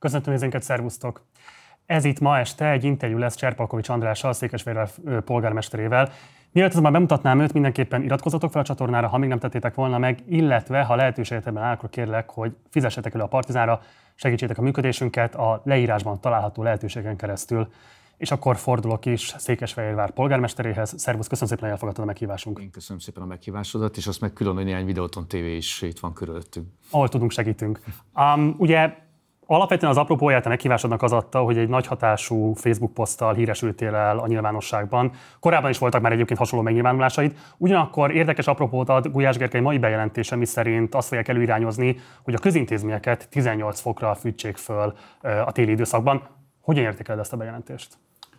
Köszöntöm nézőinket, szervusztok! Ez itt ma este egy interjú lesz Cserpalkovics Andrással, Székesfehérvár polgármesterével. Mielőtt azonban bemutatnám őt, mindenképpen iratkozzatok fel a csatornára, ha még nem tettétek volna meg, illetve ha lehetőségetekben áll, akkor kérlek, hogy fizessetek elő a Partizánra, segítsétek a működésünket a leírásban található lehetőségen keresztül. És akkor fordulok is Székesfehérvár polgármesteréhez. Szervusz, köszönöm szépen, hogy elfogadtad a meghívásunkat. Én köszönöm szépen a meghívásodat, és azt meg külön, hogy néhány Videóton TV is itt van körülöttünk. Ahol tudunk, segítünk. Ugye alapvetően az apropóját a meghívásodnak az adta, hogy egy nagy hatású Facebook poszttal híresültél el a nyilvánosságban. Korábban is voltak már egyébként hasonló megnyilvánulásaid. Ugyanakkor érdekes apropót ad Gulyás Gergely mai bejelentése, miszerint azt fogják előirányozni, hogy a közintézményeket 18 fokra fűtsék föl a téli időszakban. Hogyan értékeled ezt a bejelentést?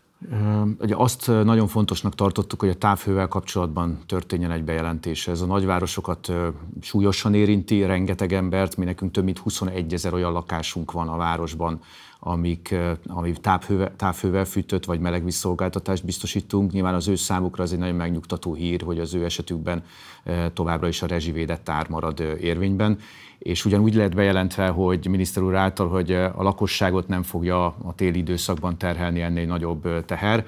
Ugye azt nagyon fontosnak tartottuk, hogy a távhővel kapcsolatban történjen egy bejelentés. Ez a nagyvárosokat súlyosan érinti, rengeteg embert, mi nekünk több mint 21 000 olyan lakásunk van a városban, ami távhővel fűtött vagy melegvízszolgáltatást biztosítunk. Nyilván az ő számukra ez egy nagyon megnyugtató hír, hogy az ő esetükben továbbra is a rezsivédett ár marad érvényben. És ugyanúgy lett bejelentve, hogy miniszter úr által, hogy a lakosságot nem fogja a téli időszakban terhelni ennél nagyobb teher,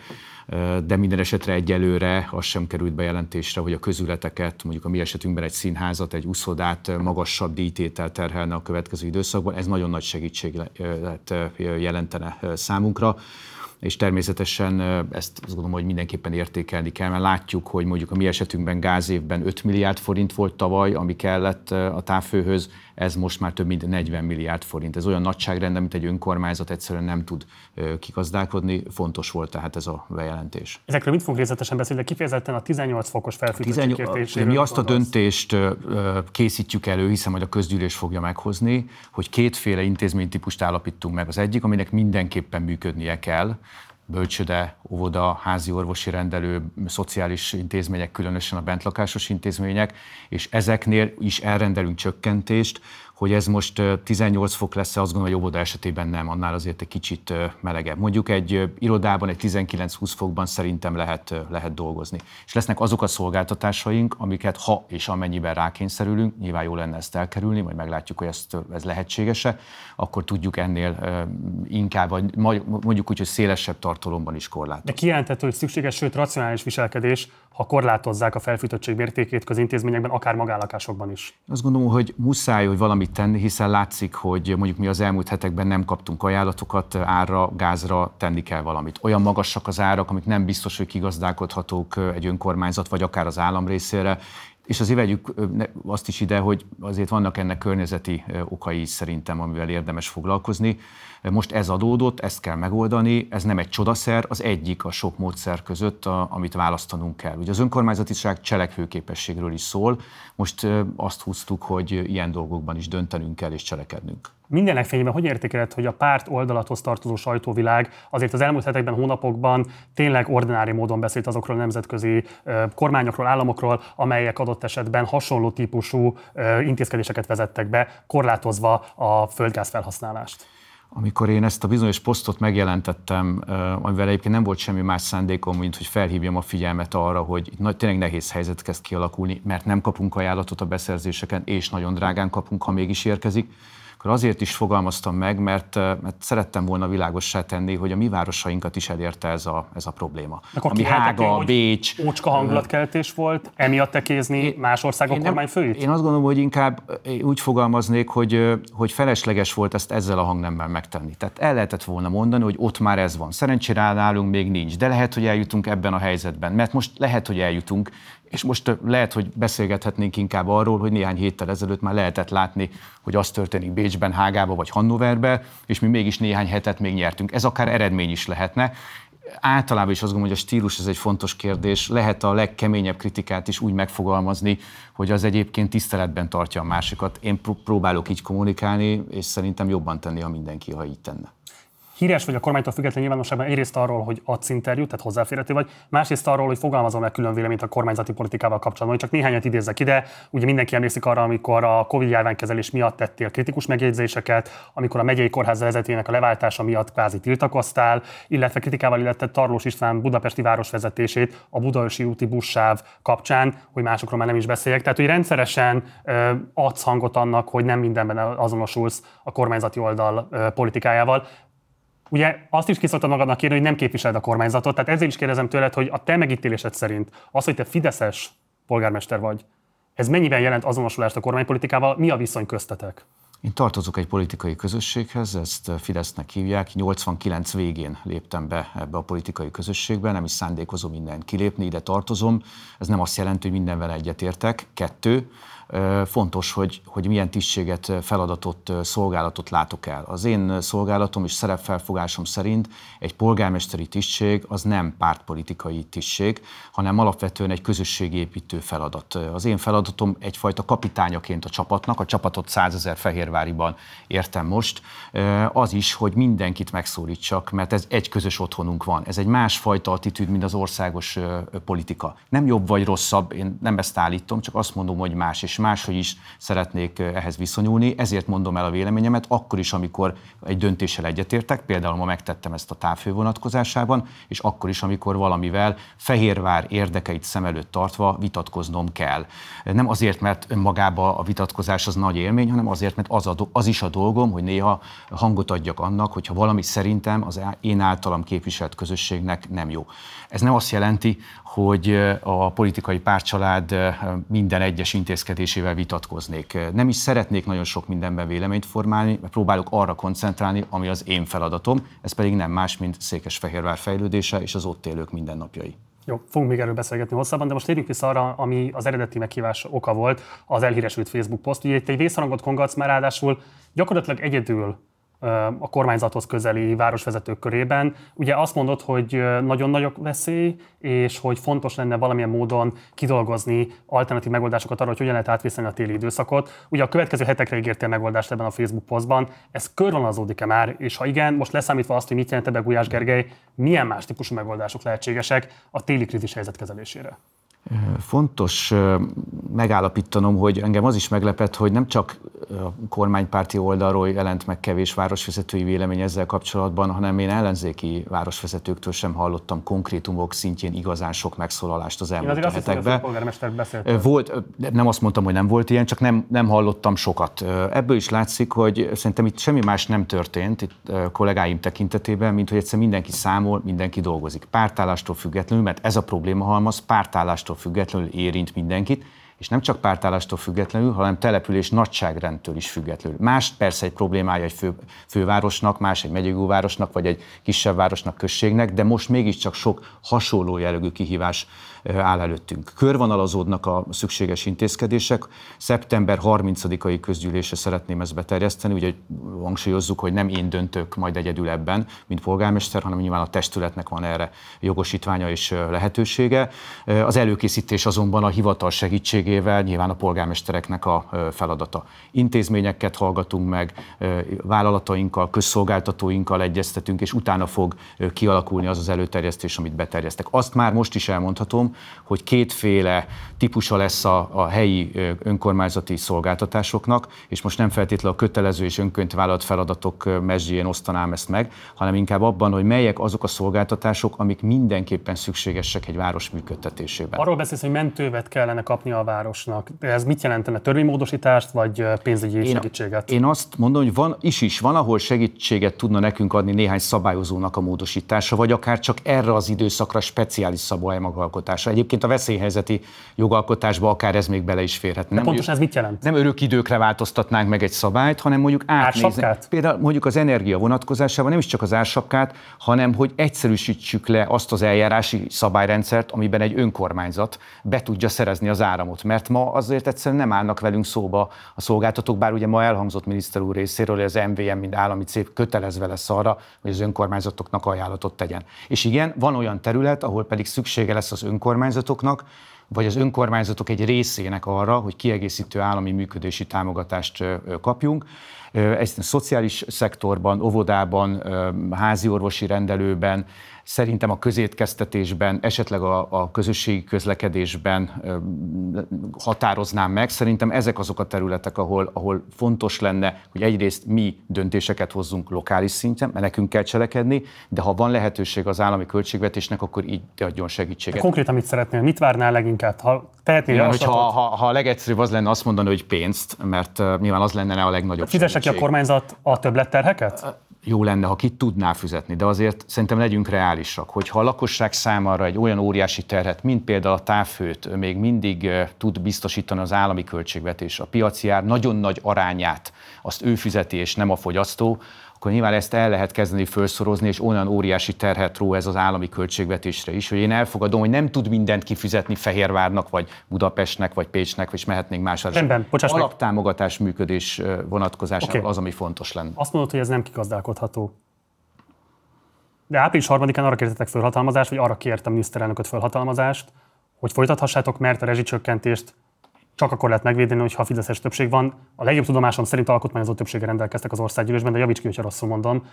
de minden esetre egyelőre az sem került bejelentésre, hogy a közületeket, mondjuk a mi esetünkben egy színházat, egy úszodát magasabb díjtétel terhelne a következő időszakban. Ez nagyon nagy segítséget jelentene számunkra. És természetesen ezt azt gondolom, hogy mindenképpen értékelni kell, mert látjuk, hogy mondjuk a mi esetünkben gázévben 5 milliárd forint volt tavaly, ami kellett a távhőhöz, ez most már több mint 40 milliárd forint. Ez olyan nagyságrend, amit egy önkormányzat egyszerűen nem tud kigazdálkodni. Fontos volt tehát ez a bejelentés. Ezekről mit fogunk részletesen beszélni, de kifejezetten a 18 fokos felfűttség kértéséről. Mi azt a döntést készítjük elő, hiszen majd a közgyűlés fogja meghozni, hogy kétféle intézménytípust állapítunk meg. Az egyik, aminek mindenképpen működnie kell, bölcsőde, óvoda, házi orvosi rendelő, szociális intézmények, különösen a bentlakásos intézmények, és ezeknél is elrendelünk csökkentést, hogy ez most 18 fok lesz, azt gondolom, hogy óvoda esetében nem, annál azért egy kicsit melegebb. Mondjuk egy irodában egy 19-20 fokban szerintem lehet dolgozni. És lesznek azok a szolgáltatásaink, amiket ha és amennyiben rákényszerülünk, nyilván jó lenne ezt elkerülni, majd meglátjuk, hogy ez lehetséges-e, akkor tudjuk ennél inkább, vagy mondjuk úgy, hogy szélesebb tartalomban is korlátozni. De kijelenthető, hogy szükséges, sőt racionális viselkedés, ha korlátozzák a felfűtöttség mértékét közintézményekben, akár magállakásokban is. Azt gondolom, hogy muszáj, hogy valamit tenni, hiszen látszik, hogy mondjuk mi az elmúlt hetekben nem kaptunk ajánlatokat, árra, gázra tenni kell valamit. Olyan magasak az árak, amik nem biztos, hogy kigazdálkodhatók egy önkormányzat, vagy akár az állam részére. És azért vegyük azt is ide, hogy azért vannak ennek környezeti okai is szerintem, amivel érdemes foglalkozni. Most ez adódott, ezt kell megoldani, ez nem egy csodaszer, az egyik a sok módszer között, amit választanunk kell. Ugye az önkormányzatiság cselekvőképességről is szól, most azt húztuk, hogy ilyen dolgokban is döntenünk kell és cselekednünk. Mindenek fényében hogy értékeled, hogy a párt oldalathoz tartozó sajtóvilág azért az elmúlt hetekben, hónapokban tényleg ordinári módon beszélt azokról a nemzetközi kormányokról, államokról, amelyek adott esetben hasonló típusú intézkedéseket vezettek be, korlátozva a földgáz felhasználást? Amikor én ezt a bizonyos posztot megjelentettem, amivel egyébként nem volt semmi más szándékom, mint hogy felhívjam a figyelmet arra, hogy tényleg nehéz helyzet kezd kialakulni, mert nem kapunk ajánlatot a beszerzéseken, és nagyon drágán kapunk, ha mégis érkezik, akkor azért is fogalmaztam meg, mert szerettem volna világossá tenni, hogy a mi városainkat is elérte ez a probléma. Ami Hága, Bécs... Ócska hangulatkeltés volt, emiatt tekézni más országok kormányfőit? Én azt gondolom, hogy inkább úgy fogalmaznék, hogy felesleges volt ezt ezzel a hangnemmel megtenni. Tehát el lehetett volna mondani, hogy ott már ez van. Szerencsére nálunk még nincs, de lehet, hogy eljutunk ebben a helyzetben. Mert most lehet, hogy eljutunk, és most lehet, hogy beszélgethetnénk inkább arról, hogy néhány héttel ezelőtt már lehetett látni, hogy az történik Bécsben, Hágába vagy Hannoverben, és mi mégis néhány hetet még nyertünk. Ez akár eredmény is lehetne. Általában is azt gondolom, hogy a stílus ez egy fontos kérdés. Lehet a legkeményebb kritikát is úgy megfogalmazni, hogy az egyébként tiszteletben tartja a másikat. Én próbálok így kommunikálni, és szerintem jobban tenni, ha mindenki, ha így tenne. híres vagy a kormánytól független nyilvánosságban egyrészt arról, hogy adsz interjút, tehát hozzáférhető vagy, másrészt arról, hogy fogalmazol meg külön véleményt a kormányzati politikával kapcsolatban. Csak néhányat idézzek ide. Ugye mindenki emlékszik arra, amikor a Covid járványkezelés miatt tettél kritikus megjegyzéseket, amikor a megyei kórház vezetőjének a leváltása miatt kvázi tiltakoztál, illetve kritikával illetett Tarlós István budapesti városvezetését a Budaörsi úti buszsáv kapcsán, hogy másokról már nem is beszéljek. Tehát, hogy rendszeresen adsz hangot annak, hogy nem mindenben azonosulsz a kormányzati oldal politikájával. Ugye azt is ki szoktad magadnak kérni, hogy nem képviseled a kormányzatot, tehát ezért is kérdezem tőled, hogy a te megítélésed szerint az, hogy te fideszes polgármester vagy, ez mennyiben jelent azonosulást a kormánypolitikával, mi a viszony köztetek? Én tartozok egy politikai közösséghez, ezt Fidesznek hívják. 89 végén léptem be ebbe a politikai közösségbe, nem is szándékozom innen kilépni, ide tartozom. Ez nem azt jelenti, hogy mindenvel egyetértek. 2. Fontos, hogy milyen tisztséget, feladatot, szolgálatot látok el. Az én szolgálatom és szerepfelfogásom szerint egy polgármesteri tisztség az nem pártpolitikai tisztség, hanem alapvetően egy közösségépítő feladat. Az én feladatom egyfajta kapitányaként a csapatnak, a csapatot 100 000 Fehérváriban értem most, az is, hogy mindenkit megszólítsak, mert ez egy közös otthonunk van. Ez egy másfajta attitűd, mint az országos politika. Nem jobb vagy rosszabb, én nem ezt állítom, csak azt mondom, hogy más, és máshogy is szeretnék ehhez viszonyulni, ezért mondom el a véleményemet, akkor is, amikor egy döntéssel egyetértek, például ma megtettem ezt a távhő vonatkozásában, és akkor is, amikor valamivel Fehérvár érdekeit szem előtt tartva vitatkoznom kell. Nem azért, mert önmagában a vitatkozás az nagy élmény, hanem azért, mert az is a dolgom, hogy néha hangot adjak annak, hogyha valami szerintem az én általam képviselt közösségnek nem jó. Ez nem azt jelenti, hogy a politikai pártcsalád minden egyes intézkedésével vitatkoznék. Nem is szeretnék nagyon sok mindenben véleményt formálni, mert próbálok arra koncentrálni, ami az én feladatom, ez pedig nem más, mint Székesfehérvár fejlődése és az ott élők mindennapjai. Jó, fogunk még erről beszélgetni hosszabban, de most térjünk vissza arra, ami az eredeti meghívás oka volt, az elhíresült Facebook poszt. Ugye itt egy vészharangot kongatsz, már ráadásul gyakorlatilag egyedül a kormányzathoz közeli városvezetők körében. Ugye azt mondod, hogy nagyon nagy a veszély, és hogy fontos lenne valamilyen módon kidolgozni alternatív megoldásokat arra, hogy hogyan lehet átvészelni a téli időszakot. Ugye a következő hetekre ígértél megoldást ebben a Facebook posztban. Ez körvonalazódik-e már? És ha igen, most leszámítva azt, hogy mit jelent ebbe Gulyás Gergely, milyen más típusú megoldások lehetségesek a téli krízis helyzet kezelésére? Fontos megállapítanom, hogy engem az is meglepett, hogy nem csak a kormánypárti oldalról jelent meg kevés városvezetői vélemény ezzel kapcsolatban, hanem én ellenzéki városvezetőktől sem hallottam konkrétumok szintjén igazán sok megszólalást az elmúlt hetekben. Volt, nem azt mondtam, hogy nem volt ilyen, csak nem hallottam sokat. Ebből is látszik, hogy szerintem itt semmi más nem történt itt kollégáim tekintetében, mint hogy egyszer mindenki számol, mindenki dolgozik. Pártállástól függetlenül, mert ez a problémahalmaz, pártállástól függetlenül érint mindenkit, és nem csak pártállástól függetlenül, hanem település nagyságrendtől is függetlenül. Más persze egy problémája egy fővárosnak, más egy megyegúvárosnak, vagy egy kisebb városnak, községnek, de most mégiscsak sok hasonló jellegű kihívás áll előttünk. Körvonalazódnak a szükséges intézkedések. Szeptember 30-ai közgyűlésre szeretném ezt beterjeszteni, ugye hangsúlyozzuk, hogy nem én döntök majd egyedül ebben, mint polgármester, hanem nyilván a testületnek van erre jogosítványa és lehetősége. Az előkészítés azonban a hivatal segítségével nyilván a polgármestereknek a feladata. Intézményeket hallgatunk meg, vállalatainkkal, közszolgáltatóinkkal egyeztetünk, és utána fog kialakulni az az előterjesztés, amit beterjesztek. Azt már most is elmondhatom, hogy kétféle típusa lesz a helyi önkormányzati szolgáltatásoknak, és most nem feltétlenül a kötelező és önként vállalt feladatok mezsdjén osztanám ezt meg, hanem inkább abban, hogy melyek azok a szolgáltatások, amik mindenképpen szükségesek egy város működtetésében. Arról beszélsz, hogy mentővet kellene kapni a városnak. Ez mit jelentene? Törvénymódosítást vagy pénzügyi segítséget? Én azt mondom, hogy van, ahol segítséget tudna nekünk adni néhány szabályozónak a módosítása, vagy akár csak erre az időszakra speciális szabálymegalkotása. Egyébként a veszélyhelyzeti jogalkotásba akár ez még bele is férhet. De pontosan ez mit jelent? Nem örök időkre változtatnánk meg egy szabályt, hanem mondjuk átnézni. Például mondjuk az energia vonatkozásában nem is csak az ársapkát, hanem hogy egyszerűsítsük le azt az eljárási szabályrendszert, amiben egy önkormányzat be tudja szerezni az áramot. Mert ma azért egyszerűen nem állnak velünk szóba a szolgáltatók, bár ugye ma elhangzott miniszter úr részéről, hogy az MVM, mint állami cég kötelezve lesz arra, hogy az önkormányzatoknak ajánlatot tegyen. És igen, van olyan terület, ahol pedig szüksége lesz az önkormányzatoknak, vagy az önkormányzatok egy részének arra, hogy kiegészítő állami működési támogatást kapjunk. Ezt a szociális szektorban, óvodában, háziorvosi rendelőben, szerintem a közétkeztetésben, esetleg a közösségi közlekedésben határoznám meg. Szerintem ezek azok a területek, ahol fontos lenne, hogy egyrészt mi döntéseket hozzunk lokális szinten, mert nekünk kell cselekedni, de ha van lehetőség az állami költségvetésnek, akkor így adjon segítséget. Konkrétan mit szeretnél? Mit várnál leginkább? Ha tehetnél javaslatot? Ha a legegyszerűbb az lenne azt mondani, hogy pénzt, mert nyilván az lenne a legnagyobb fizesse ki a kormányzat a többletterheket? Jó lenne, ha ki tudná fizetni, de azért szerintem legyünk reálisak, hogyha a lakosság számára egy olyan óriási terhet, mint például a távhőt még mindig tud biztosítani az állami költségvetés, a piaci ár nagyon nagy arányát azt ő fizeti és nem a fogyasztó, akkor nyilván ezt el lehet kezdeni felszorozni, és olyan óriási terhet ró ez az állami költségvetésre is, hogy én elfogadom, hogy nem tud mindent kifizetni Fehérvárnak, vagy Budapestnek, vagy Pécsnek, és mehetnénk másra. Alaptámogatás működés vonatkozásában az, ami fontos lenne. Azt mondod, hogy ez nem kigazdálkodható. De április 3-án arra kértetek fölhatalmazást, vagy arra kértem miniszterelnököt fölhatalmazást, hogy folytathassátok, mert a rezsicsökkentést csak akkor lehet megvédeni, hogyha a fideszes többség van. A legjobb tudomásom szerint alkotmányozó többséggel rendelkeztek az országgyűlésben, de javíts ki, hogyha rosszul mondom.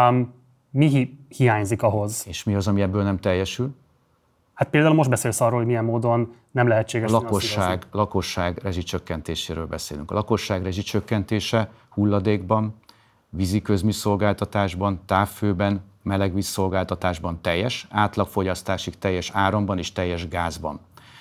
Mi hiányzik ahhoz? És mi az, ami ebből nem teljesül? Hát például most beszélsz arról, hogy milyen módon nem lehetséges. A lakosság rezsicsökkentéséről beszélünk. A lakosság rezsicsökkentése hulladékban, vízi közműszolgáltatásban, távfőben, melegvízszolgáltatásban teljes, átlagfogyasztásig teljes áramban és teljes gázban.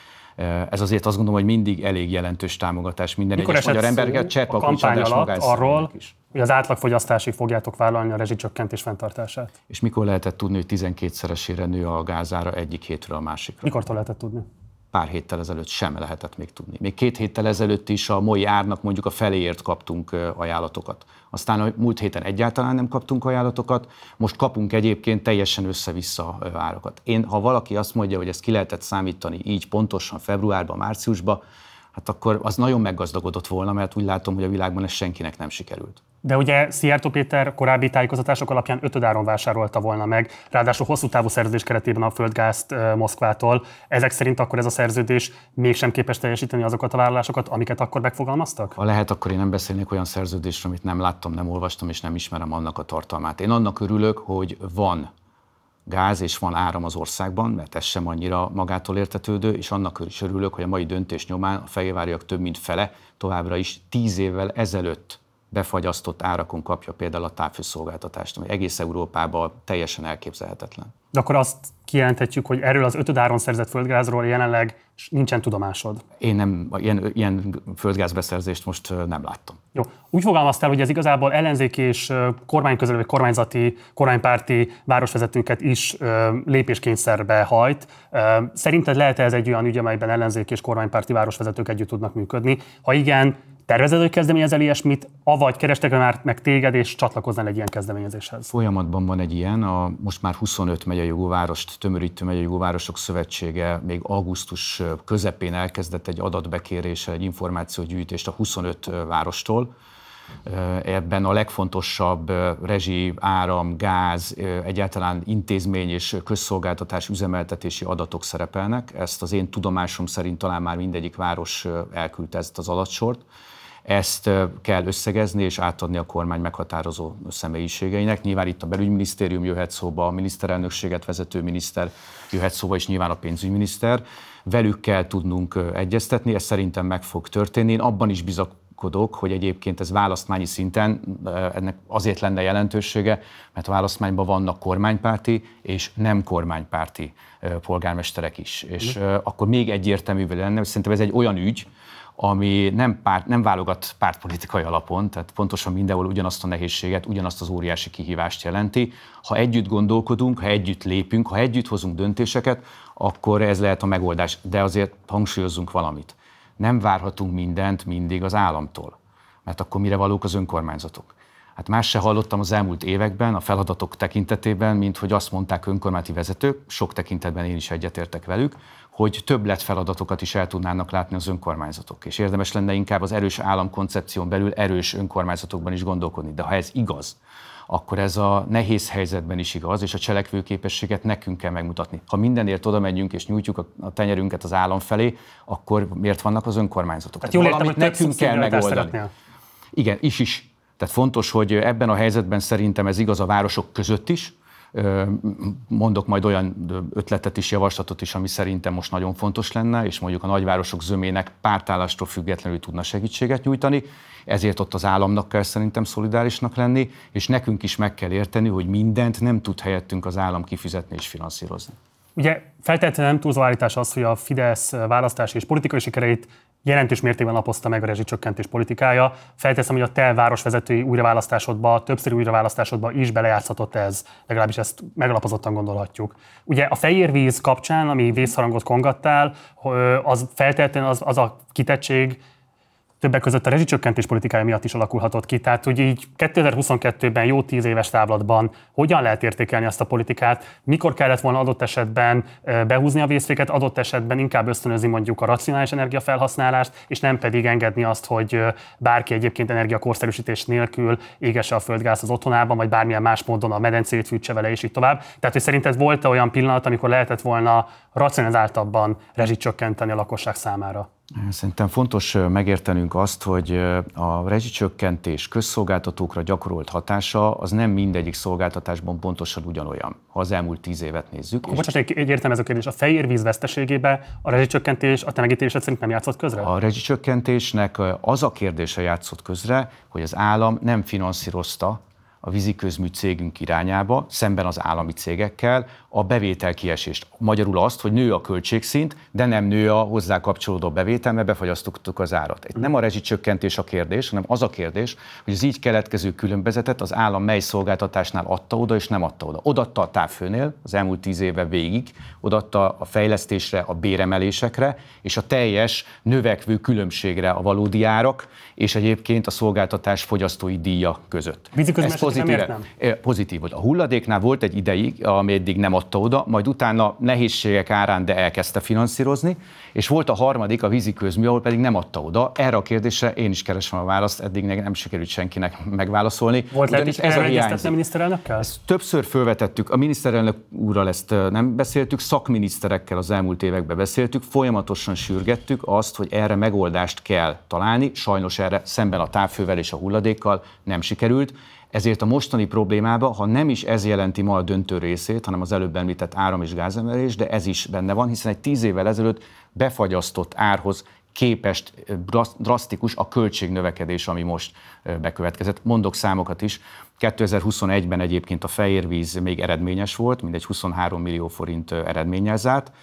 Ez azért azt gondolom, hogy mindig elég jelentős támogatás minden egyes magyar embereket, Cserpalkovics András arról, is. Hogy az átlagfogyasztásig fogjátok vállalni a rezsicsökkentés fenntartását. És mikor lehetett tudni, hogy 12-szeresére nő a gázára egyik hétről a másikra? Mikortól lehetett tudni? Pár héttel ezelőtt sem lehetett még tudni. Még 2 héttel ezelőtt is a mai árnak mondjuk a feléért kaptunk ajánlatokat. Aztán a múlt héten egyáltalán nem kaptunk ajánlatokat, most kapunk egyébként teljesen össze-vissza árakat. Ha valaki azt mondja, hogy ezt ki lehetett számítani így pontosan februárban, márciusban, hát akkor az nagyon meggazdagodott volna, mert úgy látom, hogy a világban ez senkinek nem sikerült. De ugye Szijjártó Péter korábbi tájékoztatások alapján 5 áron vásárolta volna meg, ráadásul hosszú távú szerződés keretében a földgázt Moszkvától. Ezek szerint akkor ez a szerződés mégsem képes teljesíteni azokat a vállalásokat, amiket akkor megfogalmaztak? Ha lehet, akkor én nem beszélnék olyan szerződésről, amit nem láttam, nem olvastam és nem ismerem annak a tartalmát. Én annak örülök, hogy van gáz és van áram az országban, mert ez sem annyira magától értetődő, és annak is örülök, hogy a mai döntés nyomán a fehérváriak több mint fele továbbra is 10 évvel ezelőtt befagyasztott árakon kapja például a távfőszolgáltatást, ami egész Európában teljesen elképzelhetetlen. De akkor azt kijelenthetjük, hogy erről az 5 áron szerzett földgázról jelenleg nincsen tudomásod. Én nem, ilyen földgázbeszerzést most nem láttam. Jó. Úgy fogalmaztál, hogy ez igazából ellenzéki és kormányközelű, vagy kormányzati, kormánypárti városvezetőket is lépéskényszerbe hajt. Szerinted lehet-e ez egy olyan ügy, amelyben ellenzéki és kormánypárti városvezetők együtt tudnak működni? Ha igen, tervezed, hogy kezdeményezel ilyesmit, avagy kerestek már meg téged, és csatlakoznál egy ilyen kezdeményezéshez? Folyamatban van egy ilyen, most már 25 megyei jóvárost tömörítő megyei jóvárosok szövetsége még augusztus közepén elkezdett egy adatbekéréssel, egy információgyűjtést a 25 várostól. Ebben a legfontosabb rezsi, áram, gáz, egyáltalán intézmény és közszolgáltatás üzemeltetési adatok szerepelnek. Ezt az én tudomásom szerint talán már mindegyik város elküldte ezt az adatsort. Ezt kell összegezni és átadni a kormány meghatározó személyiségeinek. Nyilván itt a belügyminisztérium jöhet szóba, a miniszterelnökséget vezető miniszter jöhet szóba, és nyilván a pénzügyminiszter. Velük kell tudnunk egyeztetni, ez szerintem meg fog történni. Én abban is bizakodok, hogy egyébként ez választmányi szinten ennek azért lenne jelentősége, mert a választmányban vannak kormánypárti és nem kormánypárti polgármesterek is. És akkor még egyértelművé lenne, hogy szerintem ez egy olyan ügy, ami nem válogat pártpolitikai alapon, tehát pontosan mindenhol ugyanazt a nehézséget, ugyanazt az óriási kihívást jelenti. Ha együtt gondolkodunk, ha együtt lépünk, ha együtt hozunk döntéseket, akkor ez lehet a megoldás. De azért hangsúlyozzunk valamit. Nem várhatunk mindent mindig az államtól, mert akkor mire valók az önkormányzatok? Hát más se hallottam az elmúlt években a feladatok tekintetében, mint hogy azt mondták önkormányzati vezetők, sok tekintetben én is egyetértek velük, hogy többletfeladatokat is el tudnának látni az önkormányzatok. És érdemes lenne inkább az erős államkoncepción belül erős önkormányzatokban is gondolkodni. De ha ez igaz, akkor ez a nehéz helyzetben is igaz, és a cselekvőképességet nekünk kell megmutatni. Ha mindenért oda megyünk és nyújtjuk a tenyerünket az állam felé, akkor miért vannak az önkormányzatok? Hát jól értem, hogy nekünk kell megoldani. Igen, is. Tehát fontos, hogy ebben a helyzetben szerintem ez igaz a városok között is. Mondok majd olyan ötletet is, javaslatot is, ami szerintem most nagyon fontos lenne, és mondjuk a nagyvárosok zömének pártállástól függetlenül tudna segítséget nyújtani. Ezért ott az államnak kell szerintem szolidárisnak lenni, és nekünk is meg kell érteni, hogy mindent nem tud helyettünk az állam kifizetni és finanszírozni. Ugye feltétlenül nem túlzó állítás az, hogy a Fidesz választási és politikai sikereit jelentős mértékben lapozta meg a rezsicsökkentés politikája. Felteszem, hogy a te városvezetői újraválasztásodba, többszöri újraválasztásodba is belejátszhatott ez, legalábbis ezt megalapozottan gondolhatjuk. Ugye a Fehérvíz kapcsán, ami vészharangot kongattál, az feltétlenül az a kitettség többek között a rezsicsökkentés politikája miatt is alakulhatott ki. Tehát, hogy így 2022-ben jó 10 éves távlatban hogyan lehet értékelni azt a politikát, mikor kellett volna adott esetben behúzni a vészféket, adott esetben inkább ösztönözni mondjuk a racionális energiafelhasználást, és nem pedig engedni azt, hogy bárki egyébként energiakorszerűsítés nélkül égesse a földgáz az otthonában, vagy bármilyen más módon a medencét fűtse vele, és így tovább. Tehát, hogy szerinted volt olyan pillanat, amikor lehetett volna racionalizáltabban rezsicsökkenteni a lakosság számára? Szerintem fontos megértenünk azt, hogy a rezsicsökkentés közszolgáltatókra gyakorolt hatása az nem mindegyik szolgáltatásban pontosan ugyanolyan, ha az elmúlt 10 évet nézzük. Bocsánat, egy értelmező kérdés. A Fehérvíz veszteségébe a rezsicsökkentés a te megítélésed szerint nem játszott közre? A rezsicsökkentésnek az a kérdése játszott közre, hogy az állam nem finanszírozta a víziközmű cégünk irányába, szemben az állami cégekkel a bevételkiesést. Magyarul azt, hogy nő a költségszint, de nem nő a hozzá kapcsolódó bevétel, mert befagyasztottuk az árat. Itt nem a rezsicsökkentés a kérdés, hanem az a kérdés, hogy az így keletkező különbözetet az állam mely szolgáltatásnál adta oda, és nem adta oda. Odaadta a távfőnél az elmúlt 10 évben végig, odaadta a fejlesztésre, a béremelésekre, és a teljes növekvő különbségre a valódi árak, és egyébként a szolgáltatás fogyasztói díja között. Pozitív volt. A hulladéknál volt egy ideig, ami eddig nem adta oda, majd utána nehézségek árán, de elkezdte finanszírozni, és volt a harmadik, a víziközmű, ahol pedig nem adta oda. Erre a kérdésre én is keresem a választ, eddig nem sikerült senkinek megválaszolni. Volt lehet ez a hiányzik. Miniszterelnökkel? Ezt többször felvetettük, a miniszterelnök úrral ezt nem beszéltük, szakminiszterekkel az elmúlt években beszéltük, folyamatosan sürgettük azt, hogy erre megoldást kell találni, sajnos erre szemben a távfővel és a hulladékkal nem sikerült. Ezért a mostani problémában, ha nem is ez jelenti ma a döntő részét, hanem az előbb említett áram- és gázemelés, de ez is benne van, hiszen egy 10 évvel ezelőtt befagyasztott árhoz képest drasztikus a költségnövekedés, ami most bekövetkezett. Mondok számokat is. 2021-ben egyébként a Fehérvíz még eredményes volt, mindegy 23 millió forint eredménnyel zárt.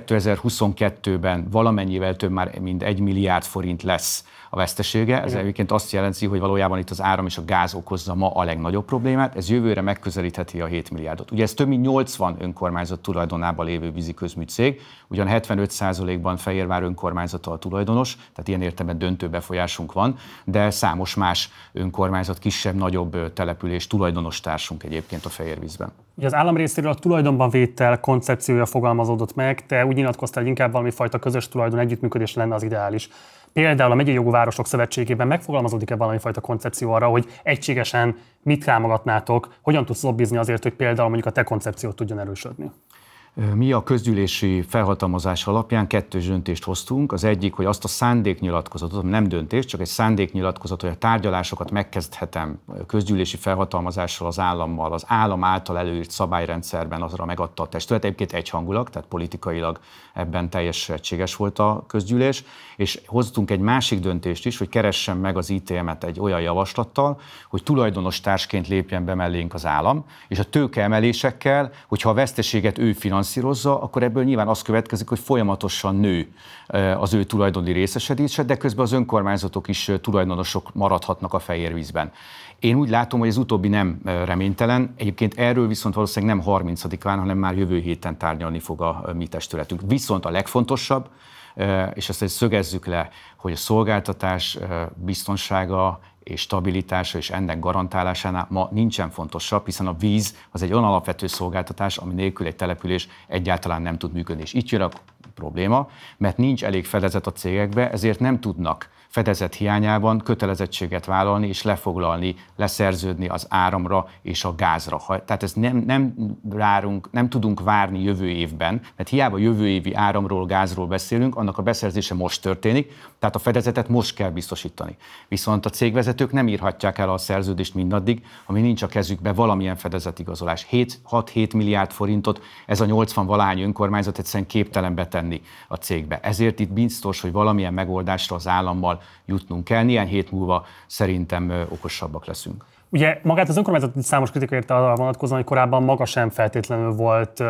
2022-ben valamennyivel több már mint 1 milliárd forint lesz a vesztesége. Ez egyébként azt jelenti, hogy valójában itt az áram és a gáz okozza ma a legnagyobb problémát. Ez jövőre megközelítheti a 7 milliárdot. Ugye ez több mint 80 önkormányzat tulajdonában lévő víziközmű cég, ugyan 75%-ban Fehérvár önkormányzata a tulajdonos, tehát ilyen értelemben döntő befolyásunk van, de számos más önkormányzat, kisebb-nagyobb település tulajdonos társunk egyébként a Fehérvízben. Ugye az állam részéről a tulajdonban vétel koncepciója fogalmazódott meg, te úgy nyilatkoztál, hogy inkább valami fajta közös tulajdon együttműködés lenne az ideális. Például a Megyei Jogú Városok Szövetségében megfogalmazódik-e valami fajta koncepció arra, hogy egységesen mit támogatnátok, hogyan tudsz lobbizni azért, hogy például mondjuk a te koncepciót tudjon erősödni? Mi a közgyűlési felhatalmazás alapján kettős döntést hoztunk. Az egyik, hogy azt a szándéknyilatkozatot, nem döntés, csak egy szándéknyilatkozat, hogy a tárgyalásokat megkezdhetem közgyűlési felhatalmazással az állammal, az állam által előírt szabályrendszerben azra megadta a testület. Egyébként egyhangulag, tehát politikailag ebben teljes egységes volt a közgyűlés, és hoztunk egy másik döntést is, hogy keressen meg az ITM-et egy olyan javaslattal, hogy tulajdonos társként lépjen be mellénk az állam, és a tőkeemelésekkel, hogyha a veszteséget ő finanszírozza, akkor ebből nyilván az következik, hogy folyamatosan nő az ő tulajdoni részesedése, de közben az önkormányzatok is tulajdonosok maradhatnak a Fehérvízben. Én úgy látom, hogy az utóbbi nem reménytelen, egyébként erről viszont valószínűleg nem 30-án, hanem már jövő héten tárgyalni fog a mi testületünk. Viszont a legfontosabb, és ezt szögezzük le, hogy a szolgáltatás biztonsága és stabilitása és ennek garantálásánál ma nincsen fontosabb, hiszen a víz az egy olyan alapvető szolgáltatás, ami nélkül egy település egyáltalán nem tud működni. És itt jön a probléma, mert nincs elég fedezet a cégekbe, ezért nem tudnak fedezet hiányában kötelezettséget vállalni és lefoglalni, leszerződni az áramra és a gázra. Tehát ezt nem tudunk várni jövő évben, mert hiába jövő évi áramról, gázról beszélünk, annak a beszerzése most történik, tehát a fedezetet most kell biztosítani. Viszont a cégvezetők nem írhatják el a szerződést mindaddig, ami nincs a kezükbe valamilyen fedezetigazolás. 6-7 milliárd forintot ez a 80-valahány önkormányzat egyszerűen képtelen betenni a cégbe. Ezért itt biztos, hogy valamilyen megoldásra az állammal jutnunk kell. Néhány hét múlva szerintem okosabbak leszünk. Ugye magát az önkormányzat számos kritika érte arra vonatkozóan, hogy korábban maga sem feltétlenül volt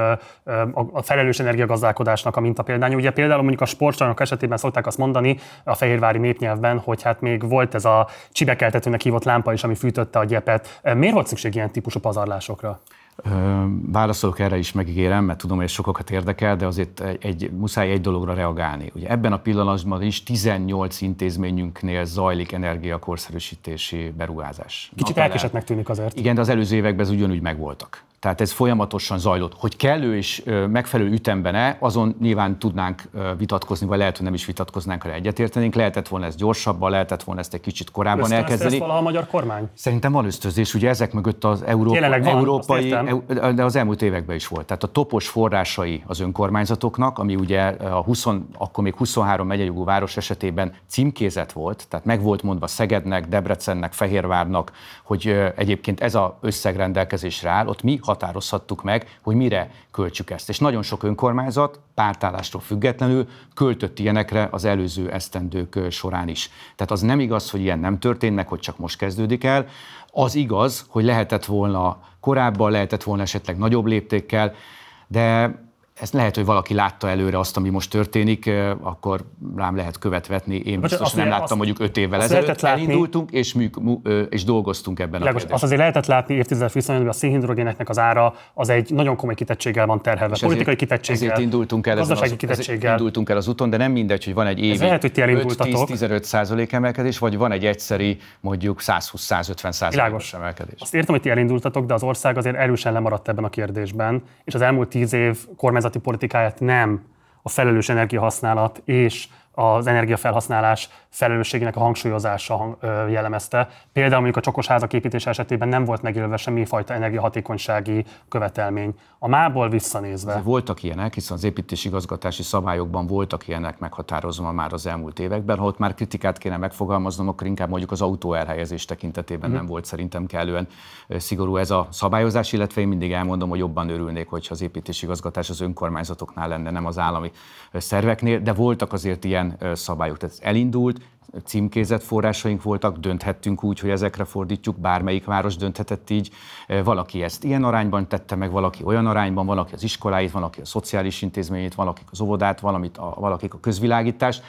a felelős energiagazdálkodásnak a mintapéldánya. Ugye például mondjuk a sportcsarnok esetében szokták azt mondani a fehérvári népnyelvben, hogy hát még volt ez a csibekeltetőnek hívott lámpa is, ami fűtötte a gyepet. Miért volt szükség ilyen típusú pazarlásokra? Válaszolok erre is, megígérem, mert tudom, hogy ez sokakat érdekel, de azért muszáj egy dologra reagálni. Ugye ebben a pillanatban is 18 intézményünknél zajlik energiakorszerűsítési beruházás. Kicsit elkésettnek tűnik azért. Igen, de az előző években ez ugyanúgy megvoltak. Tehát ez folyamatosan zajlott. Hogy kellő és megfelelő ütemben-e, azon nyilván tudnánk vitatkozni, vagy lehet, hogy nem is vitatkoznánk, ha egyetértenénk. Lehetett volna ez gyorsabban, lehetett volna ezt egy kicsit korábban elkezdeni. Ezt valaha a magyar kormány? Szerintem van ösztönzés, ugye ezek mögött az európai, de az elmúlt években is volt. Tehát a topos forrásai az önkormányzatoknak, ami ugye akkor még 23 megyejogú város esetében címkézet volt, tehát meg volt mondva Szegednek, Debrecennek, Fehérvárnak, hogy egyébként ez az összeg rendelkezésre áll, ott mi határozhattuk meg, hogy mire költsük ezt. És nagyon sok önkormányzat, pártállástól függetlenül költött ilyenekre az előző esztendők során is. Tehát az nem igaz, hogy ilyen nem történt meg, hogy csak most kezdődik el. Az igaz, hogy lehetett volna korábban, lehetett volna esetleg nagyobb léptékkel, de ezt lehet, hogy valaki látta előre azt, ami most történik, akkor rám lehet követvetni. Én biztos nem láttam mondjuk 5 évvel ezelőtt. Elindultunk és dolgoztunk ebben a kérdésben. Azt azért lehetett látni évtizedes viszonyban, hogy a szénhidrogéneknek az ára az egy nagyon komoly kitettséggel van terhelve. Politikai kitettséggel, ezért indultunk el gazdasági kitettséggel. Indultunk el az úton, de nem mindegy, hogy van egy évi 5-10-15% emelkedés, vagy van egy egyszeri mondjuk 120-150% emelkedés. Azt értem, hogy ti elindultatok, de az ország azért erősen lemaradt ebben a kérdésben, és az elmúlt 10 év kormányzati politikáját nem a felelős energiahasználat és az energiafelhasználás felelősségének a hangsúlyozása jellemezte. Például mondjuk a csokos házak építése esetében nem volt megjelölve semmifajta energiahatékonysági követelmény. A mából visszanézve. Voltak ilyenek, hiszen az építési igazgatási szabályokban voltak ilyenek meghatározva már az elmúlt években. Ha ott már kritikát kéne megfogalmaznom, akkor inkább mondjuk az autó elhelyezés tekintetében nem volt szerintem kellően szigorú ez a szabályozás, illetve én mindig elmondom, hogy jobban örülnék, hogyha az építési igazgatás az önkormányzatoknál lenne, nem az állami szerveknél, de voltak azért ilyen szabályok. Tehát elindult, címkézett forrásaink voltak, dönthettünk úgy, hogy ezekre fordítjuk, bármelyik város dönthetett így. Valaki ezt ilyen arányban tette meg, valaki olyan arányban, valaki az iskoláit, valaki a szociális intézményét, valaki az óvodát, valakik a közvilágítást.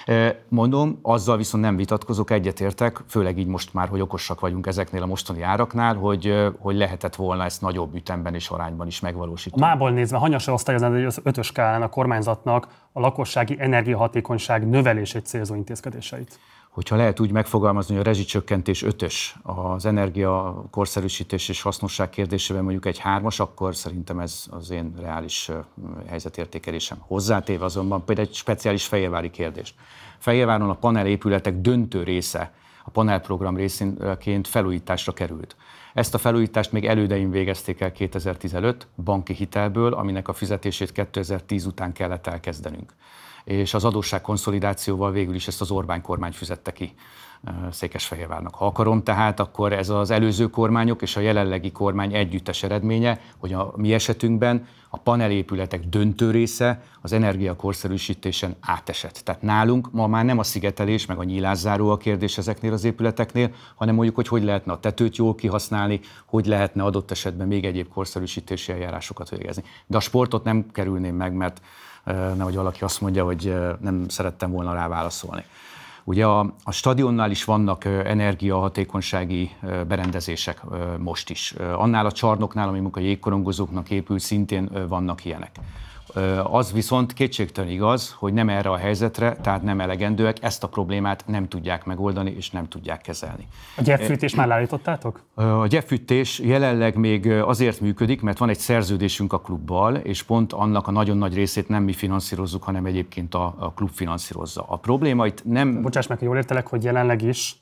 Mondom, azzal viszont nem vitatkozok, egyetértek, főleg így most már, hogy okosak vagyunk ezeknél a mostani áraknál, hogy lehetett volna ezt nagyobb ütemben és arányban is megvalósítani. A mából nézve, hanyasra osztályozni az 5-ös skálán a kormányzatnak a lakossági energiahatékonyság növelését célzó intézkedéseit? Hogyha lehet úgy megfogalmazni, hogy a rezsicsökkentés 5-ös, az energia korszerűsítés és hasznosság kérdésében mondjuk egy 3-as, akkor szerintem ez az én reális helyzetértékelésem. Hozzátéve azonban például egy speciális fehérvári kérdés. Fehérváron a panelépületek döntő része a panelprogram részénként felújításra került. Ezt a felújítást még elődeim végezték el 2015 banki hitelből, aminek a fizetését 2010 után kellett elkezdenünk. És az adósságkonszolidációval végül is ezt az Orbán kormány fizette ki Székesfehérvárnak. Ha akarom, tehát akkor ez az előző kormányok és a jelenlegi kormány együttes eredménye, hogy a mi esetünkben a panelépületek döntő része az energiakorszerűsítésen átesett. Tehát nálunk ma már nem a szigetelés, meg a nyílászáró a kérdés ezeknél az épületeknél, hanem mondjuk, hogy lehetne a tetőt jól kihasználni, hogy lehetne adott esetben még egyéb korszerűsítési eljárásokat végezni. De a sportot nem kerülném meg, mert nehogy valaki azt mondja, hogy nem szerettem volna rá válaszolni. Ugye a stadionnál is vannak energiahatékonysági berendezések most is. Annál a csarnoknál, ami a jégkorongozóknak épül, szintén vannak ilyenek. Az viszont kétségtelen igaz, hogy nem erre a helyzetre, tehát nem elegendőek, ezt a problémát nem tudják megoldani és nem tudják kezelni. A gyepfűtést már leállítottátok? A gyepfűtés jelenleg még azért működik, mert van egy szerződésünk a klubbal, és pont annak a nagyon nagy részét nem mi finanszírozzuk, hanem egyébként a klub finanszírozza. A probléma itt nem... Bocsáss meg, hogy jól értelek, hogy jelenleg is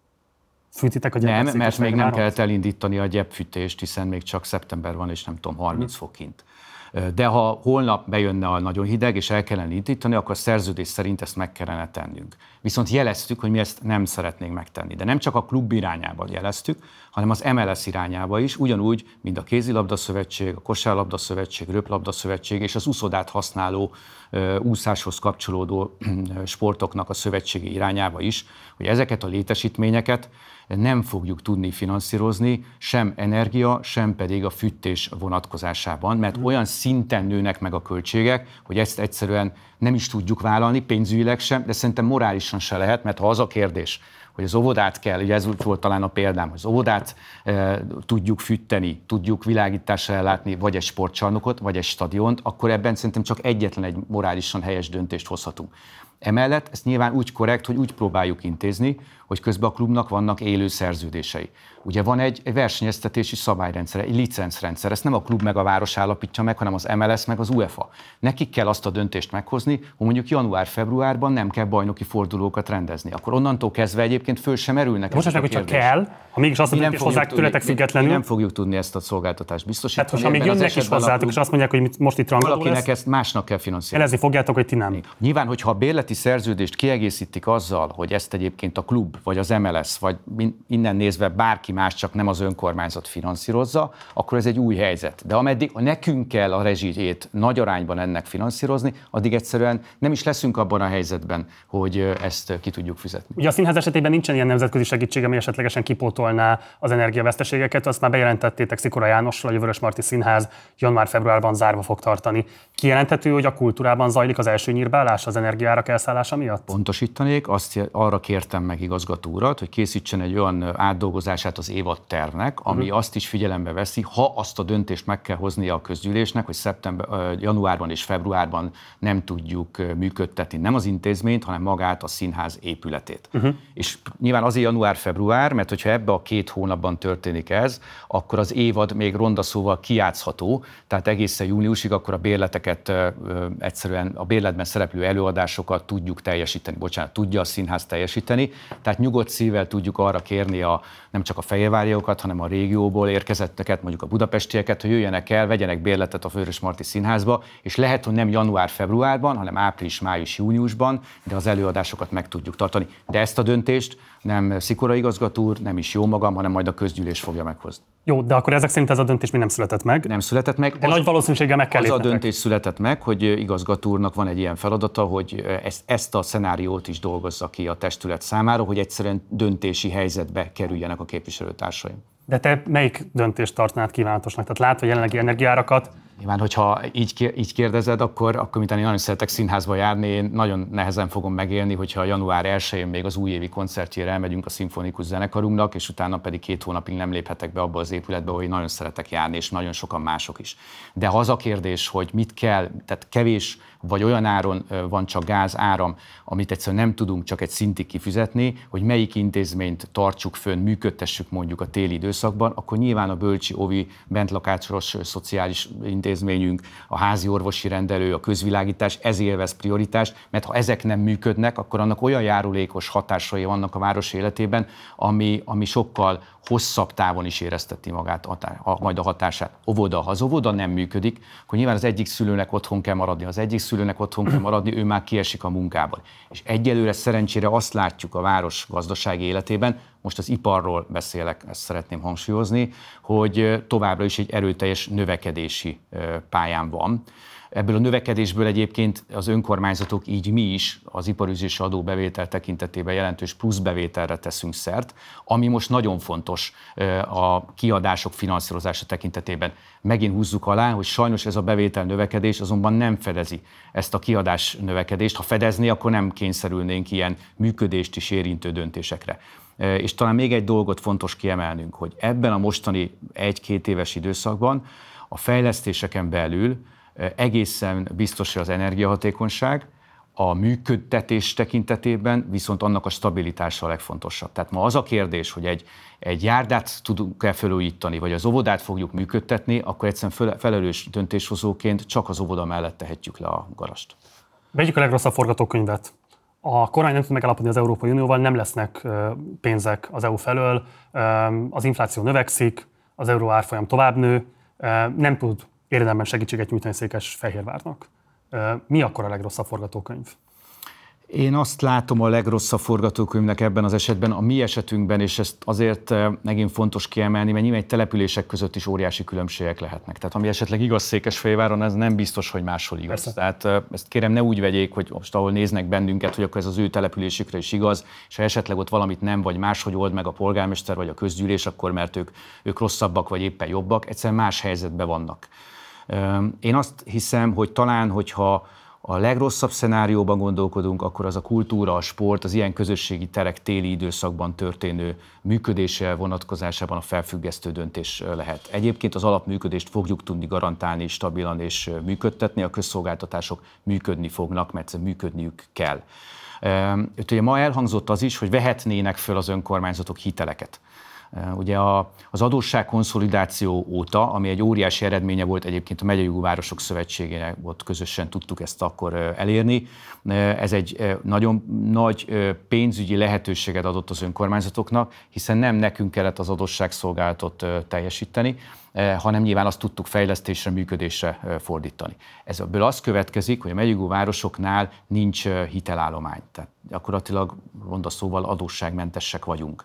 fűtitek a gyepet? Nem, mert még nem kellett elindítani a gyepfűtést, hiszen még csak szeptember van, és nem tudom, 30 fok kint. De ha holnap bejönne a nagyon hideg, és el kellene indítani, akkor a szerződés szerint ezt meg kellene tennünk. Viszont jeleztük, hogy mi ezt nem szeretnénk megtenni. De nem csak a klub irányába jeleztük, hanem az MLS irányába is, ugyanúgy, mint a Kézilabda Szövetség, a Kosárlabda Szövetség, Röplabda Szövetség és az úszodát használó, úszáshoz kapcsolódó sportoknak a szövetségi irányába is, hogy ezeket a létesítményeket nem fogjuk tudni finanszírozni, sem energia, sem pedig a fűtés vonatkozásában, mert olyan szinten nőnek meg a költségek, hogy ezt egyszerűen nem is tudjuk vállalni, pénzügyileg sem, de szerintem morálisan se lehet, mert ha az a kérdés, hogy az óvodát kell, ugye ez volt talán a példám, hogy az óvodát tudjuk fűteni, tudjuk világításra ellátni, vagy egy sportcsarnokot, vagy egy stadiont, akkor ebben szerintem csak egyetlen egy morálisan helyes döntést hozhatunk. Emellett ezt nyilván úgy korrekt, hogy úgy próbáljuk intézni, hogy közben a klubnak vannak élő szerződései. Ugye van egy versenyeztetési szabályrendszer, egy licencrendszer, ezt nem a klub meg a város állapítja meg, hanem az MLS meg az UEFA. Nekik kell azt a döntést meghozni, hogy mondjuk január-februárban nem kell bajnoki fordulókat rendezni. Akkor onnantól kezdve egyébként föl sem merülnek. Most meg, hogy csak kell, ha mégis azt a döntést hozzák tőletek függetlenül. Nem fogjuk tudni ezt a szolgáltatást biztosítani. Tehát, ha még jönnek is hozzátok, és azt mondják, hogy most itt rangadó lesz, valakinek ezt másnak kell finanszírozni. Elezni fogjátok, hogy ti nem. Nyilván, hogyha a bérleti szerződést kiegészítik azzal, hogy ezt egyébként a klub, vagy az MLS, vagy innen nézve bárki más, csak nem az önkormányzat finanszírozza, akkor ez egy új helyzet. De ameddig nekünk kell a rezsijét nagy arányban ennek finanszírozni, addig egyszerűen nem is leszünk abban a helyzetben, hogy ezt ki tudjuk fizetni. Ugye a színház esetében nincsen ilyen nemzetközi segítség, ami esetlegesen kipótolná az energiaveszteségeket, azt már bejelentettétek Szikora Jánossal, hogy a Vörösmarty Színház január-februárban zárva fog tartani. Kijelenthető, hogy a kultúrában zajlik az első nyírbálás az energiaárak elszállása miatt? Pontosítanék, arra kértem meg igazgató urat, hogy készítsen egy olyan átdolgozását az évad tervnek, ami azt is figyelembe veszi, ha azt a döntést meg kell hoznia a közgyűlésnek, hogy januárban és februárban nem tudjuk működtetni nem az intézményt, hanem magát a színház épületét. És nyilván azért január-február, mert hogyha ebbe a 2 hónapban történik ez, akkor az évad még ronda szóval kijátszható, tehát egészen júniusig akkor a bérleteket egyszerűen a bérletben szereplő előadásokat tudjuk teljesíteni, tudja a színház teljesíteni, tehát nyugodt szívvel tudjuk arra kérni nem csak a fehérváriakat, hanem a régióból érkezetteket, mondjuk a budapestieket, hogy jöjjenek el, vegyenek bérletet a Vörösmarty Színházba, és lehet, hogy nem január-februárban, hanem április-május-júniusban, de az előadásokat meg tudjuk tartani. De ezt a döntést nem Szikora igazgató úr, nem is jó magam, hanem majd a közgyűlés fogja meghozni. Jó, de akkor ezek szerint ez a döntés még nem született meg? Nem született meg. De nagy valószínűséggel meg kell lépnetek. Az a döntés lépnetek. született meg, hogy igazgató úrnak van egy ilyen feladata, hogy ezt a szenáriót is dolgozza ki a testület számára, hogy egyszerűen döntési helyzetbe kerüljenek a képviselőtársaim. De te melyik döntést tartnád kívánatosnak? Tehát látva jelenlegi energiárakat? Nyilván, hogyha így kérdezed, akkor miután én nagyon szeretek színházba járni, én nagyon nehezen fogom megélni, hogyha január 1-én még az újévi koncertjére elmegyünk a szimfonikus zenekarunknak, és utána pedig 2 hónapig nem léphetek be abba az épületbe, ahol én nagyon szeretek járni, és nagyon sokan mások is. De ha az a kérdés, hogy mit kell, tehát kevés vagy olyan áron van csak gáz, áram, amit egyszerűen nem tudunk csak egy szintig kifizetni, hogy melyik intézményt tartsuk fönn, működtessük mondjuk a téli időszakban, akkor nyilván a bölcsi, ovi, bentlakásos, szociális intézményünk, a házi orvosi rendelő, a közvilágítás, ez élvez prioritást, mert ha ezek nem működnek, akkor annak olyan járulékos hatásai vannak a város életében, ami sokkal hosszabb távon is érezteti magát, majd a hatását. Óvoda, ha az óvoda nem működik, akkor nyilván az egyik szülőnek otthon kell maradni, ő már kiesik a munkából. És egyelőre szerencsére azt látjuk a város gazdasági életében, most az iparról beszélek, ezt szeretném hangsúlyozni, hogy továbbra is egy erőteljes növekedési pályán van. Ebből a növekedésből egyébként az önkormányzatok, így mi is az iparüzési adóbevétel tekintetében jelentős pluszbevételre teszünk szert, ami most nagyon fontos a kiadások finanszírozása tekintetében. Megint húzzuk alá, hogy sajnos ez a bevétel növekedés azonban nem fedezi ezt a kiadás növekedést. Ha fedezné, akkor nem kényszerülnénk ilyen működést is érintő döntésekre. És talán még egy dolgot fontos kiemelnünk, hogy ebben a mostani 1-2 éves időszakban a fejlesztéseken belül egészen biztos, hogy az energiahatékonyság, a működtetés tekintetében viszont annak a stabilitása a legfontosabb. Tehát ma az a kérdés, hogy egy járdát tudunk-e felújítani, vagy az óvodát fogjuk működtetni, akkor egyszerűen felelős döntéshozóként csak az óvoda mellett tehetjük le a garast. Vegyük a legrosszabb forgatókönyvet. A kormány nem tud megállapodni az Európai Unióval, nem lesznek pénzek az EU felől, az infláció növekszik, az euró árfolyam tovább nő, nem tud érdemben segítséget nyújtani Székesfehérvárnak. Mi akkor a legrosszabb forgatókönyv? Én azt látom a legrosszabb forgatókönyvnek ebben az esetben, a mi esetünkben, és ezt azért megint fontos kiemelni, mert nyilván egy települések között is óriási különbségek lehetnek. Tehát ami esetleg igaz Székesfehérváron, ez nem biztos, hogy máshol igaz. Persze. Tehát ezt kérem ne úgy vegyék, hogy most ahol néznek bennünket, hogy akkor ez az ő településükre is igaz, és ha esetleg ott valamit nem, vagy máshogy old meg a polgármester, vagy a közgyűlés, akkor mert ők rosszabbak, vagy éppen jobbak, egyszerűen más helyzetben vannak. Én azt hiszem, hogy talán, hogyha a legrosszabb szenárióban gondolkodunk, akkor az a kultúra, a sport, az ilyen közösségi terek téli időszakban történő működése vonatkozásában a felfüggesztő döntés lehet. Egyébként az alapműködést fogjuk tudni garantálni stabilan és működtetni, a közszolgáltatások működni fognak, mert működniük kell. Ugye ma elhangzott az is, hogy vehetnének föl az önkormányzatok hiteleket. Ugye az adósságkonszolidáció óta, ami egy óriási eredménye volt egyébként a Megyei Városok Szövetségének, ott közösen tudtuk ezt akkor elérni. Ez egy nagyon nagy pénzügyi lehetőséget adott az önkormányzatoknak, hiszen nem nekünk kellett az adósságszolgálatot teljesíteni, hanem nyilván azt tudtuk fejlesztésre, működésre fordítani. Ebből az következik, hogy a megyei városoknál nincs hitelállomány. Tehát gyakorlatilag ronda szóval adósságmentesek vagyunk.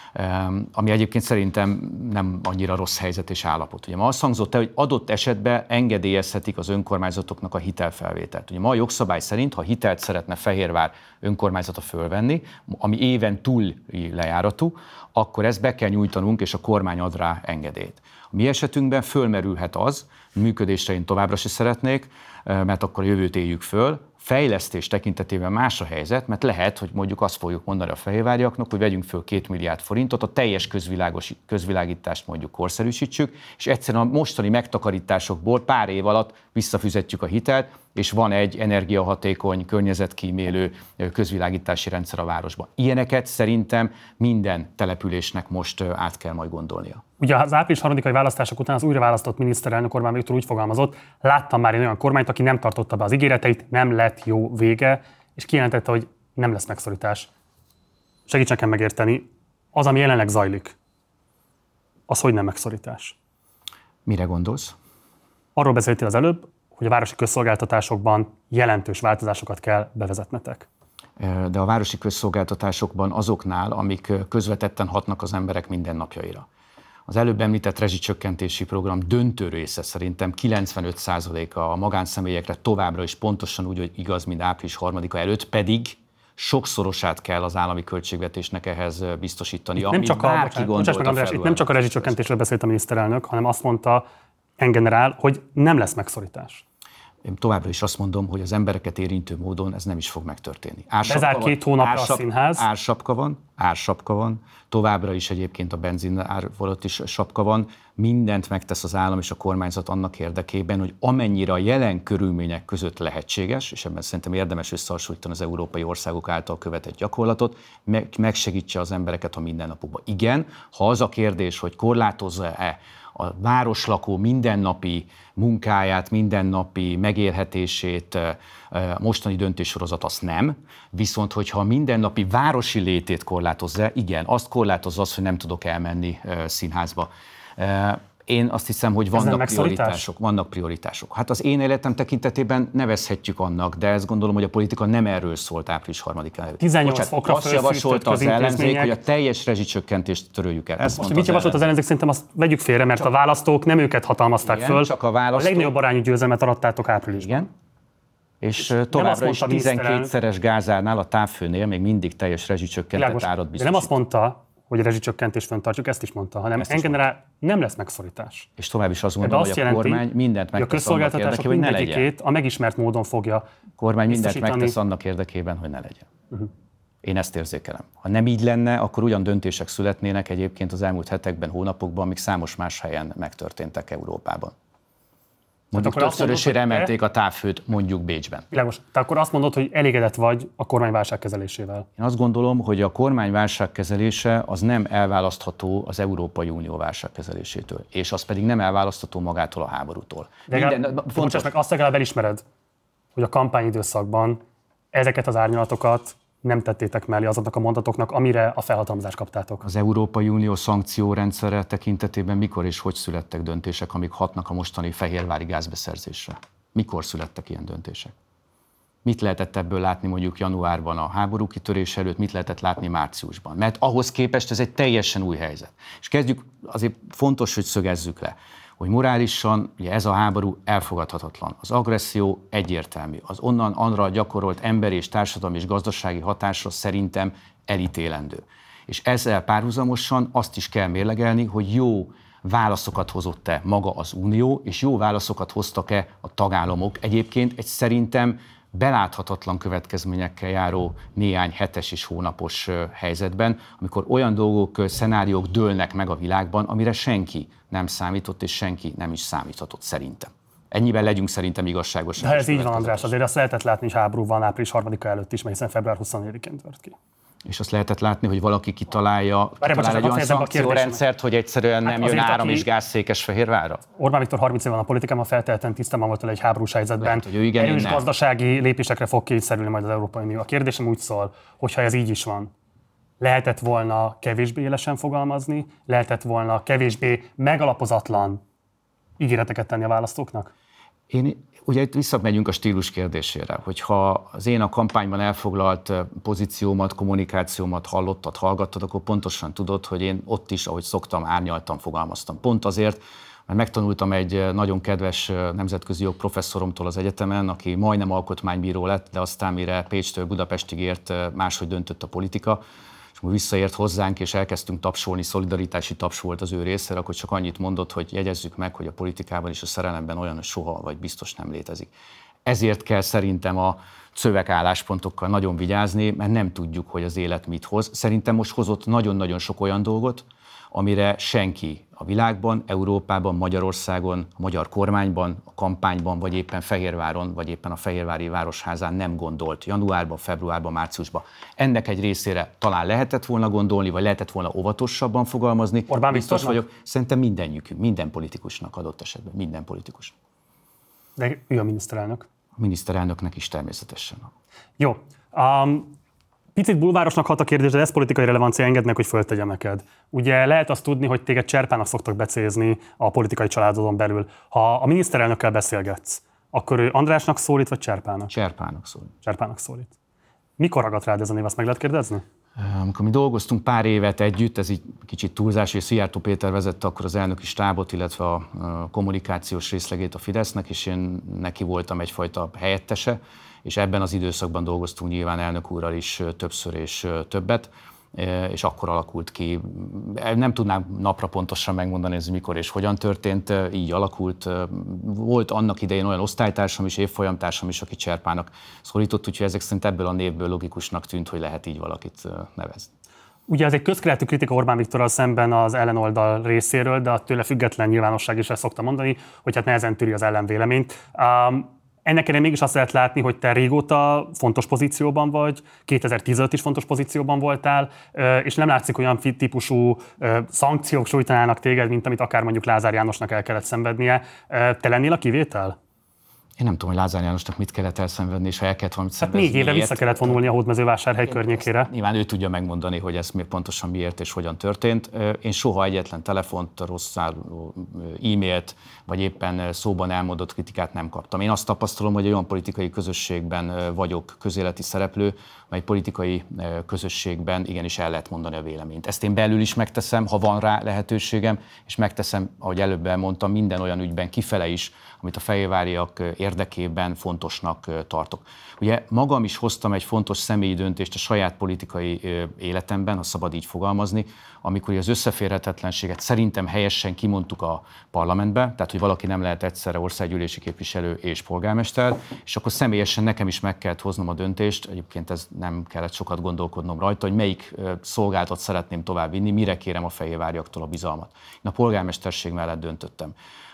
Ami egyébként szerintem nem annyira rossz helyzet és állapot. Ugye ma azt hangzott el, hogy adott esetben engedélyezhetik az önkormányzatoknak a hitelfelvételt. Ugye ma a jogszabály szerint, ha hitelt szeretne Fehérvár önkormányzata fölvenni, ami éven túl lejáratú, akkor ezt be kell nyújtanunk, és a kormány ad rá engedélyt. A mi esetünkben fölmerülhet az, működésre én továbbra se szeretnék, mert akkor a jövőt éljük föl. Fejlesztés tekintetében más a helyzet, mert lehet, hogy mondjuk azt fogjuk mondani a fehérváriaknak, hogy vegyünk föl 2 milliárd forintot, a teljes közvilágítást mondjuk korszerűsítsük, és egyszerűen a mostani megtakarításokból pár év alatt visszafizetjük a hitelt, és van egy energiahatékony, környezetkímélő közvilágítási rendszer a városban. Ilyeneket szerintem minden településnek most át kell majd gondolnia. Ugye az április 3-ai választások után az újra választott miniszterelnök Orbán Viktor úgy fogalmazott, láttam már egy olyan kormányt, aki nem tartotta be az ígéreteit, nem lett jó vége, és kijelentette, hogy nem lesz megszorítás. Segíts nekem megérteni, az, ami jelenleg zajlik, az hogy nem megszorítás? Mire gondolsz? Arról beszéltél az előbb, hogy a városi közszolgáltatásokban jelentős változásokat kell bevezetnetek. De a városi közszolgáltatásokban azoknál, amik közvetetten hatnak az emberek mindennapjaira. Az előbb említett rezsicsökkentési program döntő része szerintem 95%-a a magánszemélyekre továbbra is pontosan úgy, hogy igaz, mint április 3-a előtt, pedig sokszorosát kell az állami költségvetésnek ehhez biztosítani. Itt nem csak a rezsicsökkentésről beszélt a miniszterelnök, hanem azt mondta en generál, hogy nem lesz megszorítás. Én továbbra is azt mondom, hogy az embereket érintő módon ez nem is fog megtörténni. Bezár 2 hónapra a színház. Ársapka van, továbbra is egyébként a benzin ár fölött is sapka van. Mindent megtesz az állam és a kormányzat annak érdekében, hogy amennyire a jelen körülmények között lehetséges, és ebben szerintem érdemes összehasonlítani az európai országok által követett gyakorlatot, megsegítse az embereket a mindennapokban. Igen, ha az a kérdés, hogy korlátozza-e a városlakó mindennapi munkáját, mindennapi megélhetését, mostani döntéssorozat azt nem, viszont hogyha a mindennapi városi létét korlátozza, igen, azt korlátozza az, hogy nem tudok elmenni színházba. Én azt hiszem, hogy vannak prioritások. Hát az én életem tekintetében nevezhetjük annak, de ezt gondolom, hogy a politika nem erről szólt április 3-án. 18 fokra azt javasolta az ellenzék, hogy a teljes rezsicsökkentést töröljük el. Most mit javasolt az ellenzék? Szerintem azt vegyük félre, mert a választók nem őket hatalmazták föl. Csak a választók. A legnagyobb arányú győzelmet arattátok áprilisban. Igen. És továbbra is 12-szeres gázárnál, a távfőnél még mindig teljes rezsicsökkentett árat biztosít. De nem azt mondta, hogy a rezsicsökkentést fenntartjuk, ezt is mondta, hanem en generál nem lesz megszorítás. És tovább is azt mondom, hogy a kormány mindent megtesz annak érdekében, hogy ne legyen. A megismert módon fogja a kormány mindent megtesz annak érdekében, hogy ne legyen. Én ezt érzékelem. Ha nem így lenne, akkor ugyan döntések születnének egyébként az elmúlt hetekben, hónapokban, amik számos más helyen megtörténtek Európában. Mondjuk többszörösére emelték a távhőt, mondjuk Bécsben. Világos. Te akkor azt mondod, hogy elégedett vagy a kormányválság kezelésével? Én azt gondolom, hogy a kormányválság kezelése az nem elválasztható az Európai Unió válság kezelésétől, és az pedig nem elválasztható magától a háborútól. Fontos meg azt legalább elismered, hogy a kampányidőszakban ezeket az árnyalatokat nem tettétek mellé azoknak a mondatoknak, amire a felhatalmazást kaptátok. Az Európai Unió szankciórendszere tekintetében mikor és hogy születtek döntések, amik hatnak a mostani fehérvári gázbeszerzésre? Mikor születtek ilyen döntések? Mit lehetett ebből látni mondjuk januárban a háború kitörés előtt, mit lehetett látni márciusban? Mert ahhoz képest ez egy teljesen új helyzet. És kezdjük, azért fontos, hogy szögezzük le, hogy morálisan ugye ez a háború elfogadhatatlan. Az agresszió egyértelmű. Az onnan arra gyakorolt emberi és társadalmi és gazdasági hatásra szerintem elítélendő. És ezzel párhuzamosan azt is kell mérlegelni, hogy jó válaszokat hozott-e maga az Unió, és jó válaszokat hoztak-e a tagállamok. Egyébként egy szerintem beláthatatlan következményekkel járó néhány hetes és hónapos helyzetben, amikor olyan dolgok, szenáriók dőlnek meg a világban, amire senki nem számított, és senki nem is számíthatott szerintem. Ennyiben legyünk szerintem igazságosak. De ez így van, András, azért azt lehetett látni, hogy háború van április 3-a előtt is, mert hiszen február 24-én tört ki. És azt lehetett látni, hogy valaki kitalálja egy olyan szankciórendszert, hogy egyszerűen nem jön áram és gáz Székesfehérvárra? Orbán Viktor 30 éve van a politikában, feltétlenül tisztában volt egy háborús helyzetben. Lehet, erős gazdasági lépésekre fog kényszerülni majd az Európai Unió. A kérdésem úgy szól, hogyha ez így is van, lehetett volna kevésbé élesen fogalmazni, lehetett volna kevésbé megalapozatlan ígéreteket tenni a választóknak? Ugye itt visszamegyünk a stílus kérdésére, hogyha az én a kampányban elfoglalt pozíciómat, kommunikációmat hallgattad, akkor pontosan tudod, hogy én ott is, ahogy szoktam, árnyaltan fogalmaztam. Pont azért, mert megtanultam egy nagyon kedves nemzetközi jogprofesszoromtól az egyetemen, aki majdnem alkotmánybíró lett, de aztán mire Pécstől Budapestig ért, máshogy döntött a politika, és akkor visszaért hozzánk, és elkezdtünk tapsolni, szolidaritási taps volt az ő részére, akkor csak annyit mondott, hogy jegyezzük meg, hogy a politikában és a szerelemben olyan soha vagy biztos nem létezik. Ezért kell szerintem a szöveg álláspontokkal nagyon vigyázni, mert nem tudjuk, hogy az élet mit hoz. Szerintem most hozott nagyon-nagyon sok olyan dolgot, amire senki a világban, Európában, Magyarországon, a magyar kormányban, a kampányban, vagy éppen Fehérváron, vagy éppen a Fehérvári Városházán nem gondolt januárban, februárban, márciusban. Ennek egy részére talán lehetett volna gondolni, vagy lehetett volna óvatosabban fogalmazni. Orbán biztos vagyok, szerintem mindenjükünk, minden politikusnak adott esetben, minden politikus. De ő a miniszterelnök? A miniszterelnöknek is természetesen. Jó. Picit bulvárosnak hat a kérdés, de ez politikai relevancia, engedd meg, hogy föltegyem neked. Ugye lehet azt tudni, hogy téged Cserpának szoktak becézni a politikai családodon belül. Ha a miniszterelnökkel beszélgetsz, akkor ő Andrásnak szólít, vagy Cserpának? Cserpának szólít. Cserpának szólít. Mikor ragadt rád ez a név, azt meg lehet kérdezni? Amikor mi dolgoztunk pár évet együtt, ez így kicsit túlzás, és Szijjártó Péter vezette akkor az elnöki stábot, illetve a kommunikációs részlegét a Fidesznek, és én neki voltam egyfajta helyettese, és ebben az időszakban dolgoztunk nyilván elnök úrral is többször és többet, és akkor alakult ki. Nem tudnám napra pontosan megmondani, ez mikor és hogyan történt, így alakult. Volt annak idején olyan osztálytársam is, évfolyamtársam is, aki Cserpának szólított, úgyhogy ezek szerint ebből a névből logikusnak tűnt, hogy lehet így valakit nevezni. Ugye ez egy közkeletű kritika Orbán Viktorral szemben az ellenoldal részéről, de a tőle független nyilvánosság is ezt szokta mondani, hogy hát nehezen tűri az ellenvéleményt. Ennek ellenére mégis azt lehet látni, hogy te régóta fontos pozícióban vagy, 2015 is fontos pozícióban voltál, és nem látszik olyan típusú szankciók sújtanának téged, mint amit akár mondjuk Lázár Jánosnak el kellett szenvednie. Te lennél a kivétel? Én nem tudom, hogy Lázár Jánosnak mit kellett elszenvedni, és ha el kellett valamit szenvedni. Hát 4 éve vissza kellett vonulni a Hódmezővásárhely környékére. Nyilván ő tudja megmondani, hogy ez pontosan miért és hogyan történt. Én soha egyetlen telefont, rosszalló e-mailt, vagy éppen szóban elmondott kritikát nem kaptam. Én azt tapasztalom, hogy egy olyan politikai közösségben vagyok közéleti szereplő, mely politikai közösségben igenis el lehet mondani a véleményt. Ezt én belül is megteszem, ha van rá lehetőségem, és megteszem, ahogy előbb elmondtam, minden olyan ügyben kifele is, amit a fehérváriak érdekében fontosnak tartok. Ugye magam is hoztam egy fontos személyi döntést a saját politikai életemben, ha szabad így fogalmazni, amikor az összeférhetetlenséget szerintem helyesen kimondtuk a parlamentbe, tehát hogy valaki nem lehet egyszerre országgyűlési képviselő és polgármester, és akkor személyesen nekem is meg kellett hoznom a döntést, egyébként ez nem kellett sokat gondolkodnom rajta, hogy melyik szolgáltat szeretném továbbvinni, mire kérem a fehérváriaktól a bizalmat. Én a polgármesterség mellett döntöttem.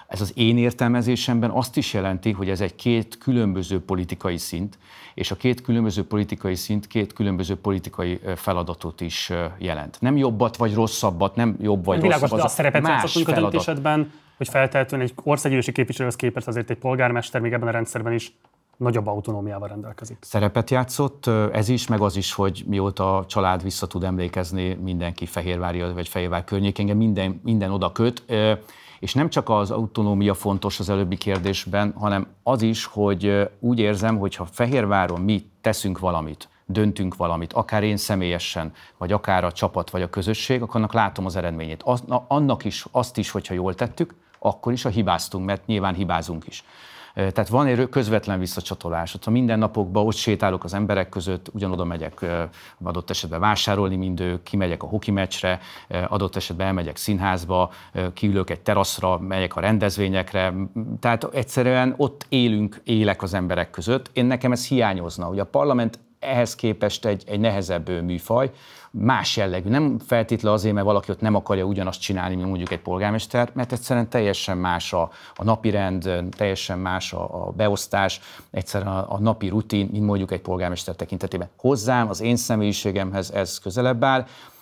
Ez az én értelmezésemben azt is jelenti, hogy ez egy két különböző politikai szint, és a két különböző politikai szint két különböző politikai feladatot is jelent. Nem jobbat vagy rosszabbat, nem jobb vagy rosszabb. Világos, de azt szerepet játszott a döntésedben, hogy feltehetően egy országgyűlési képviselőhöz képest azért egy polgármester még ebben a rendszerben is nagyobb autonómiával rendelkezik. Szerepet játszott ez is, meg az is, hogy mióta a család vissza tud emlékezni, mindenki Fehérvári vagy Fehérvár környékén, minden oda köt. És nem csak az autonómia fontos az előbbi kérdésben, hanem az is, hogy úgy érzem, hogy ha Fehérváron mi teszünk valamit, döntünk valamit, akár én személyesen, vagy akár a csapat, vagy a közösség, akkor annak látom az eredményét. Annak is, azt is, hogyha jól tettük, akkor is, ha hibáztunk, mert nyilván hibázunk is. Tehát van egy közvetlen visszacsatolás. Ha minden napokban ott sétálok az emberek között, ugyanoda megyek adott esetben vásárolni, mind ők, kimegyek a hoki meccsre, adott esetben elmegyek színházba, kiülök egy teraszra, megyek a rendezvényekre. Tehát egyszerűen ott élek az emberek között. Nekem ez hiányozna, hogy a parlament ehhez képest egy nehezebb műfaj, más jellegű. Nem feltétlenül azért, mert valaki ott nem akarja ugyanazt csinálni, mint mondjuk egy polgármester, mert egyszerűen teljesen más a napirend, teljesen más a beosztás, egyszerűen a napi rutin, mint mondjuk egy polgármester tekintetében. Hozzám, az én személyiségemhez ez közelebb áll,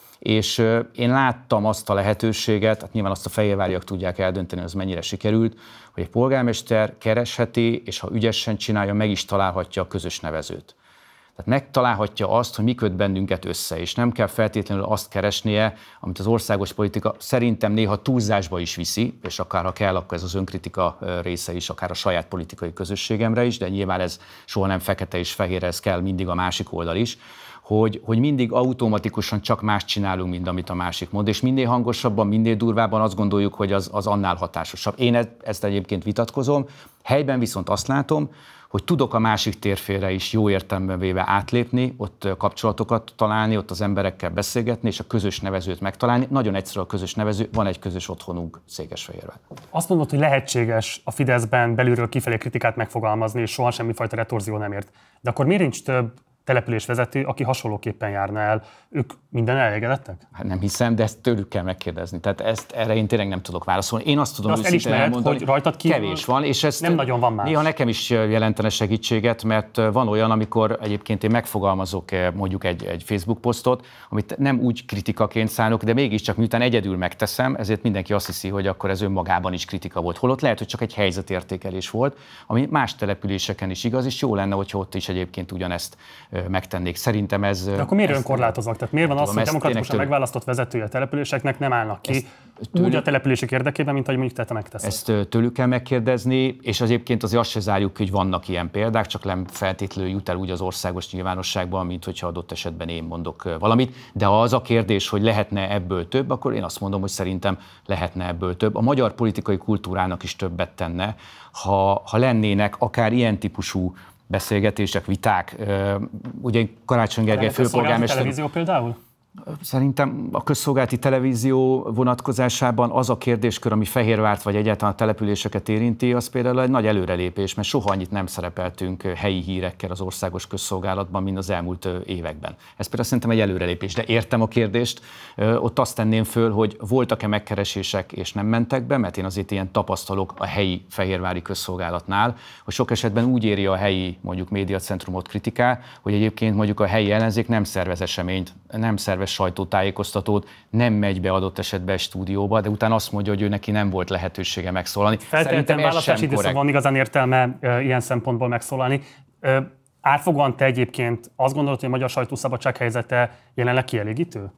és én láttam azt a lehetőséget, hát nyilván azt a fehérváriak tudják eldönteni, hogy az mennyire sikerült, hogy egy polgármester keresheti, és ha ügyesen csinálja, meg is találhatja a közös nevezőt. Tehát megtalálhatja azt, hogy mi köt bennünket össze, és nem kell feltétlenül azt keresnie, amit az országos politika szerintem néha túlzásba is viszi, és akár ha kell, akkor ez az önkritika része is, akár a saját politikai közösségemre is, de nyilván ez soha nem fekete és fehér, ez kell mindig a másik oldal is, hogy mindig automatikusan csak más csinálunk, mint amit a másik mond, és minél hangosabban, minél durvábban azt gondoljuk, hogy az annál hatásosabb. Én ezt egyébként vitatkozom, helyben viszont azt látom, hogy tudok a másik térfélre is jó értelemben véve átlépni, ott kapcsolatokat találni, ott az emberekkel beszélgetni, és a közös nevezőt megtalálni. Nagyon egyszerű a közös nevező, van egy közös otthonunk Székesfehérvár. Azt mondod, hogy lehetséges a Fideszben belülről kifelé kritikát megfogalmazni, és soha semmifajta retorzió nem ért. De akkor miért nincs több településvezető, aki hasonlóképpen járna el? Ők minden elégedettek? Hát nem hiszem, de ezt tőlük kell megkérdezni. Tehát erre én tényleg nem tudok válaszolni. Én azt tudom őszintén elmondani, hogy rajtad kívül kevés van, és ezt nem nagyon van más. Néha nekem is jelentene segítséget, mert van olyan, amikor egyébként én megfogalmazok mondjuk egy Facebook posztot, amit nem úgy kritikaként szánok, de mégiscsak miután egyedül megteszem, ezért mindenki azt hiszi, hogy akkor ez önmagában is kritika volt. Holott lehet, hogy csak egy helyzetértékelés volt, ami más településeken is igaz, és jó lenne, hogyha ott is egyébként ugyanezt megtennék. Szerintem ez... De akkor miért önkorlátoznak? Tehát miért van az, hogy demokratikusan megválasztott vezetői a településeknek nem állnak ki úgy a települések érdekében, mint ahogy mondjuk te megteszed? Ezt tőlük kell megkérdezni, és egyébként azért azt se zárjuk, hogy vannak ilyen példák, csak nem feltétlenül jut el úgy az országos nyilvánosságban, mint hogyha adott esetben én mondok valamit. De ha az a kérdés, hogy lehetne ebből több, akkor én azt mondom, hogy szerintem lehetne ebből több. A magyar politikai kultúrának is többet tenne, ha lennének akár ilyen típusú beszélgetések, viták. Ugye Karácsony Gergely főpolgármester... Televízió például? Szerintem a közszolgálati televízió vonatkozásában az a kérdéskör, ami Fehérvárt vagy egyáltalán a településeket érinti, az például egy nagy előrelépés, mert soha annyit nem szerepeltünk helyi hírekkel az országos közszolgálatban, mint az elmúlt években. Ez például szerintem egy előrelépés, de értem a kérdést. Ott azt tenném föl, hogy voltak-e megkeresések és nem mentek be, mert én azért ilyen tapasztalok a helyi fehérvári közszolgálatnál, hogy sok esetben úgy éri a helyi mondjuk médiacentrumot kritiká, hogy egyébként mondjuk a helyi ellenzék nem szervez eseményt, nem szervez sajtótájékoztatót, nem megy be adott esetben stúdióba, de utána azt mondja, hogy ő neki nem volt lehetősége megszólalni. Feltétlenül választási időszakban van igazán értelme ilyen szempontból megszólalni. Átfogóan te egyébként azt gondolod, hogy a magyar sajtószabadság helyzete jelenleg kielégítő?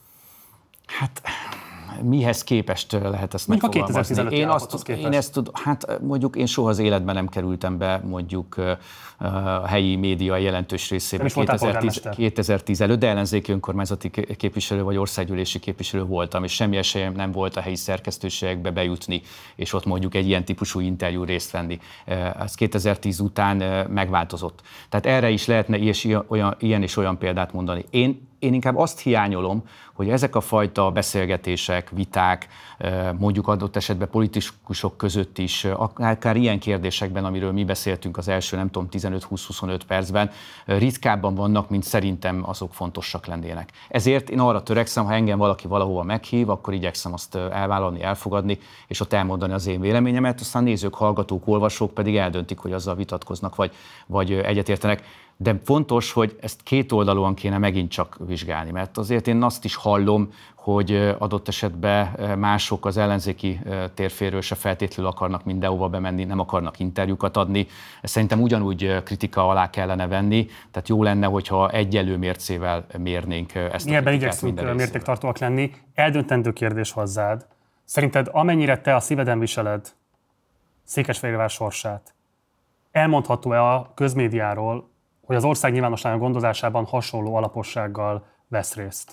Hát mihez képest lehet ezt megfogalmazni? Mondjuk én soha az életben nem kerültem be mondjuk a helyi média jelentős részébe 2010 előtt, de ellenzéki önkormányzati képviselő vagy országgyűlési képviselő voltam, és semmi esélyem nem volt a helyi szerkesztőségekbe bejutni, és ott mondjuk egy ilyen típusú interjú részt venni. Ez 2010 után megváltozott. Tehát erre is lehetne ilyen és olyan példát mondani. Én én inkább azt hiányolom, hogy ezek a fajta beszélgetések, viták, mondjuk adott esetben politikusok között is, akár ilyen kérdésekben, amiről mi beszéltünk az első, nem tudom, 15-20-25 percben, ritkábban vannak, mint szerintem azok fontosak lennének. Ezért én arra törekszem, ha engem valaki valahova meghív, akkor igyekszem azt elvállalni, elfogadni, és ott elmondani az én véleményemet, aztán nézők, hallgatók, olvasók pedig eldöntik, hogy azzal vitatkoznak, vagy egyetértenek. De fontos, hogy ezt kétoldalúan kéne megint csak vizsgálni, mert azért én azt is hallom, hogy adott esetben mások az ellenzéki térféről se feltétlenül akarnak mindenhova bemenni, nem akarnak interjúkat adni. Ezt szerintem ugyanúgy kritika alá kellene venni, tehát jó lenne, hogyha egyenlő mércével mérnénk ezt a kritikát. Igyekszünk mértéktartóak lenni. Eldöntendő kérdés hozzád. Szerinted amennyire te a szíveden viseled Székesfehérvár sorsát, elmondható-e a közmédiáról, hogy az ország nyilvánosságnak gondozásában hasonló alapossággal vesz részt?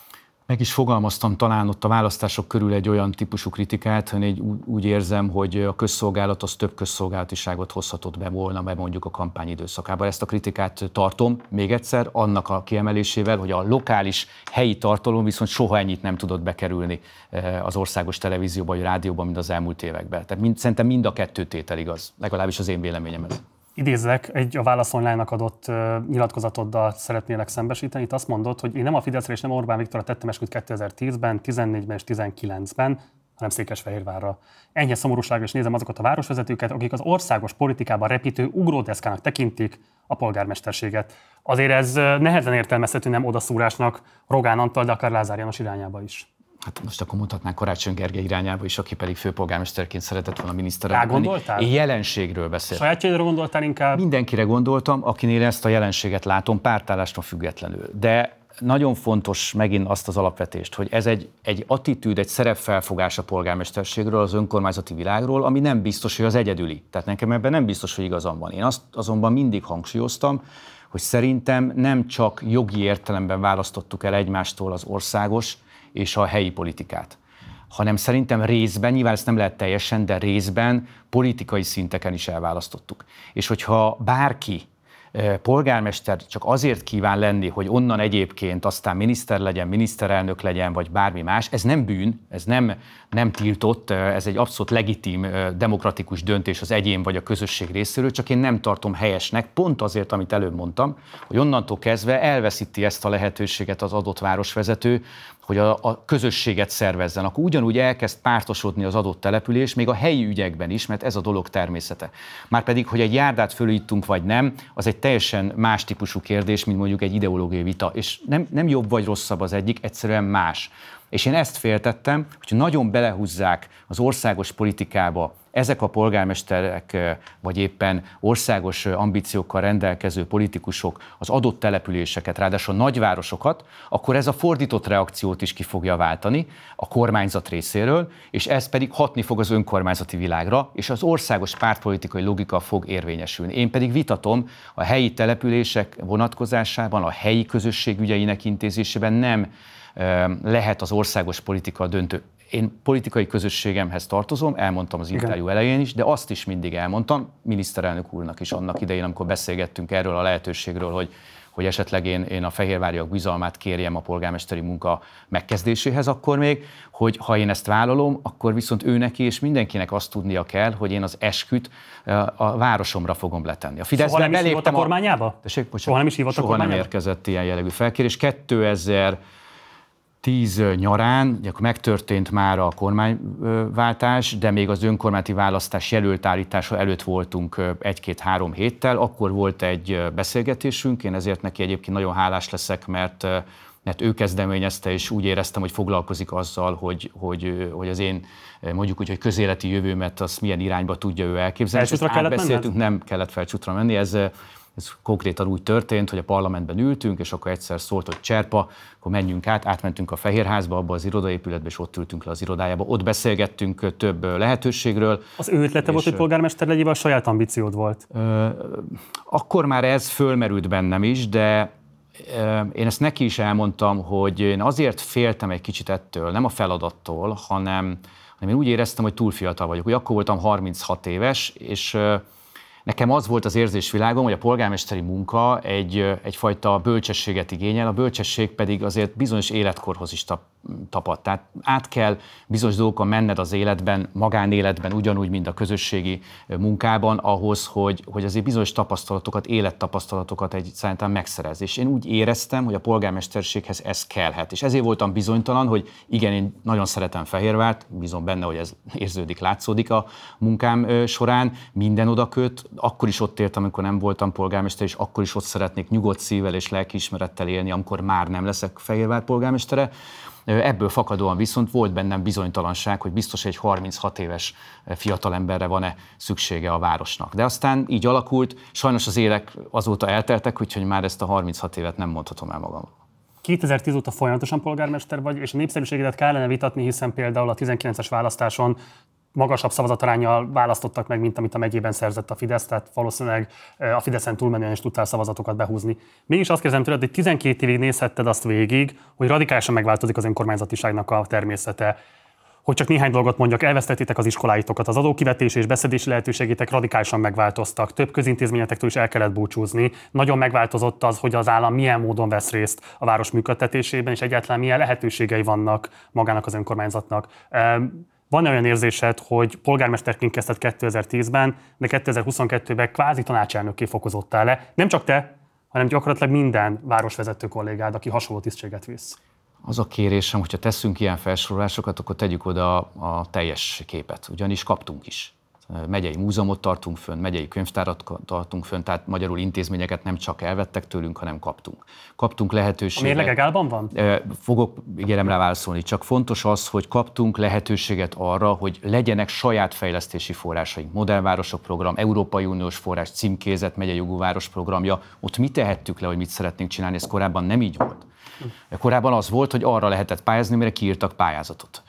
Meg is fogalmaztam talán ott a választások körül egy olyan típusú kritikát, hogy én úgy érzem, hogy a közszolgálat az több közszolgálatiságot hozhatott be volna, be mondjuk a kampányidőszakában. Ezt a kritikát tartom még egyszer, annak a kiemelésével, hogy a lokális helyi tartalom viszont soha ennyit nem tudott bekerülni az országos televízióban vagy rádióban, mint az elmúlt években. Tehát szerintem mind a kettő tétel igaz, legalábbis az én véleményem ez. Idézzek, egy a Válasz Online-nak adott nyilatkozatoddal szeretnélek szembesíteni. Itt azt mondod, hogy én nem a Fideszre és nem Orbán Viktorra tettem esküt 2010-ben, 14-ben és 19-ben, hanem Székesfehérvárra. Ennyi szomorúságra is nézem azokat a városvezetőket, akik az országos politikában repítő ugródeszkának tekintik a polgármesterséget. Azért ez nehezen értelmezhető nem odaszúrásnak Rogán Antal, de akár Lázár János irányába is. Hát most akkor mondhatnánk Karácsony Gergely irányába is, aki pedig főpolgármesterként szeretett volna miniszterelnök lenni. Rá gondoltál? Én jelenségről beszélek. Sajátjaidra gondoltál inkább? Mindenkire gondoltam, akinél ezt a jelenséget látom, pártállástól függetlenül. De nagyon fontos megint azt az alapvetést, hogy ez egy attitűd, egy szerepfelfogás a polgármesterségről, az önkormányzati világról, ami nem biztos, hogy az egyedüli. Tehát nekem ebben nem biztos, hogy igazam van. Én azt azonban mindig hangsúlyoztam, hogy szerintem nem csak jogi értelemben választottuk el egymástól az országos és a helyi politikát, hanem szerintem részben, nyilván ezt nem lehet teljesen, de részben politikai szinteken is elválasztottuk. És hogyha bárki polgármester csak azért kíván lenni, hogy onnan egyébként aztán miniszter legyen, miniszterelnök legyen, vagy bármi más, ez nem bűn, ez nem tiltott, ez egy abszolút legitim, demokratikus döntés az egyén vagy a közösség részéről, csak én nem tartom helyesnek, pont azért, amit előbb mondtam, hogy onnantól kezdve elveszíti ezt a lehetőséget az adott városvezető, hogy a közösséget szervezzen, akkor ugyanúgy elkezd pártosodni az adott település, még a helyi ügyekben is, mert ez a dolog természete. Márpedig, hogy egy járdát fölújítunk vagy nem, az egy teljesen más típusú kérdés, mint mondjuk egy ideológiai vita, és nem jobb vagy rosszabb az egyik, egyszerűen más. És én ezt féltettem, hogy nagyon belehúzzák az országos politikába ezek a polgármesterek, vagy éppen országos ambíciókkal rendelkező politikusok az adott településeket, ráadásul nagyvárosokat, akkor ez a fordított reakciót is ki fogja váltani a kormányzat részéről, és ez pedig hatni fog az önkormányzati világra, és az országos pártpolitikai logika fog érvényesülni. Én pedig vitatom a helyi települések vonatkozásában, a helyi közösség ügyeinek intézésében nem lehet az országos politika döntő. Én politikai közösségemhez tartozom, elmondtam az interjú elején is, de azt is mindig elmondtam, miniszterelnök úrnak is annak idején, amikor beszélgettünk erről a lehetőségről, hogy esetleg én a fehérváriak bizalmát kérjem a polgármesteri munka megkezdéséhez akkor még, hogy ha én ezt vállalom, akkor viszont ő neki és mindenkinek azt tudnia kell, hogy én az esküt a városomra fogom letenni. A Fideszben soha nem is hívott a kormányába? Soha nem is hívott a kormányába? Soha nem érkezett ilyen jellegű felkérés. 2010 nyarán, akkor megtörtént már a kormányváltás, de még az önkormányzati választás jelöltállítása előtt voltunk 1-2-3 héttel, akkor volt egy beszélgetésünk, én ezért neki egyébként nagyon hálás leszek, mert ő kezdeményezte, és úgy éreztem, hogy foglalkozik azzal, hogy az én mondjuk úgy, hogy közéleti jövőmet azt milyen irányba tudja ő elképzelni. Felcsútra kellett menned? Nem kellett felcsútra menni, ez konkrétan úgy történt, hogy a parlamentben ültünk, és akkor egyszer szólt, hogy Cserpa, akkor menjünk átmentünk a Fehérházba, abba az irodaépületbe, és ott ültünk le az irodájába. Ott beszélgettünk több lehetőségről. Az ő ötlete volt, hogy polgármester legyél, vagy saját ambíciód volt? Akkor már ez fölmerült bennem is, de én ezt neki is elmondtam, hogy én azért féltem egy kicsit ettől, nem a feladattól, hanem én úgy éreztem, hogy túl fiatal vagyok. Úgy akkor voltam 36 éves, és Nekem az volt az érzésvilágom, hogy a polgármesteri munka egyfajta bölcsességet igényel, a bölcsesség pedig azért bizonyos életkorhoz is tapad. Tehát át kell bizonyos dolgokon menned az életben, magánéletben, ugyanúgy, mint a közösségi munkában, ahhoz, hogy azért bizonyos tapasztalatokat, élettapasztalatokat szerintem megszerez. És én úgy éreztem, hogy a polgármesterséghez ez kellhet. És ezért voltam bizonytalan, hogy igen, én nagyon szeretem Fehérvárt, bízom benne, hogy ez érződik, látszódik a munkám során, minden oda köt, akkor is ott éltem, amikor nem voltam polgármester, és akkor is ott szeretnék nyugodt szívvel és lelkiismerettel élni, amikor már nem leszek Fehérvár polgármestere. Ebből fakadóan viszont volt bennem bizonytalanság, hogy biztos egy 36 éves fiatalemberre van-e szüksége a városnak. De aztán így alakult, sajnos az évek azóta elteltek, úgyhogy már ezt a 36 évet nem mondhatom el magamról. 2010 óta folyamatosan polgármester vagy, és a népszerűségedet kellene vitatni, hiszen például a 19-es választáson magasabb szavazataránnyal választottak meg, mint amit a megyében szerzett a Fidesz, tehát valószínűleg a Fideszen túlmenően is tudtál szavazatokat behúzni. Mégis azt kérdezem tőled, hogy 12 évig nézhetted azt végig, hogy radikálisan megváltozik az önkormányzatiságnak a természete. Hogy csak néhány dolgot mondjak, elvesztettétek az iskoláitokat, az adókivetés és beszedési lehetőségétek radikálisan megváltoztak, több közintézményetektől is el kellett búcsúzni, nagyon megváltozott az, hogy az állam milyen módon vesz részt a város működtetésében, és egyáltalán milyen lehetőségei vannak magának az önkormányzatnak. Van olyan érzésed, hogy polgármesterként kezdted 2010-ben, de 2022-ben kvázi tanácselnökké fokozottál le? Nem csak te, hanem gyakorlatilag minden városvezető kollégád, aki hasonló tisztséget visz. Az a kérésem, hogyha teszünk ilyen felsorolásokat, akkor tegyük oda a teljes képet, ugyanis kaptunk is. Megyei múzeumot tartunk fönn, megyei könyvtárat tartunk fönn, tehát magyarul intézményeket nem csak elvettek tőlünk, hanem kaptunk. Kaptunk lehetőséget. A mérleg egálban van? Fogok ígérem rá válaszolni, csak fontos az, hogy kaptunk lehetőséget arra, hogy legyenek saját fejlesztési forrásaink. Modellvárosok program, Európai Uniós forrás, címkézet, megyei jogú város programja. Ott mi tehettük le, hogy mit szeretnénk csinálni, ez korábban nem így volt. Korábban az volt, hogy arra lehetett pályázni, mire kiírtak pályázatot.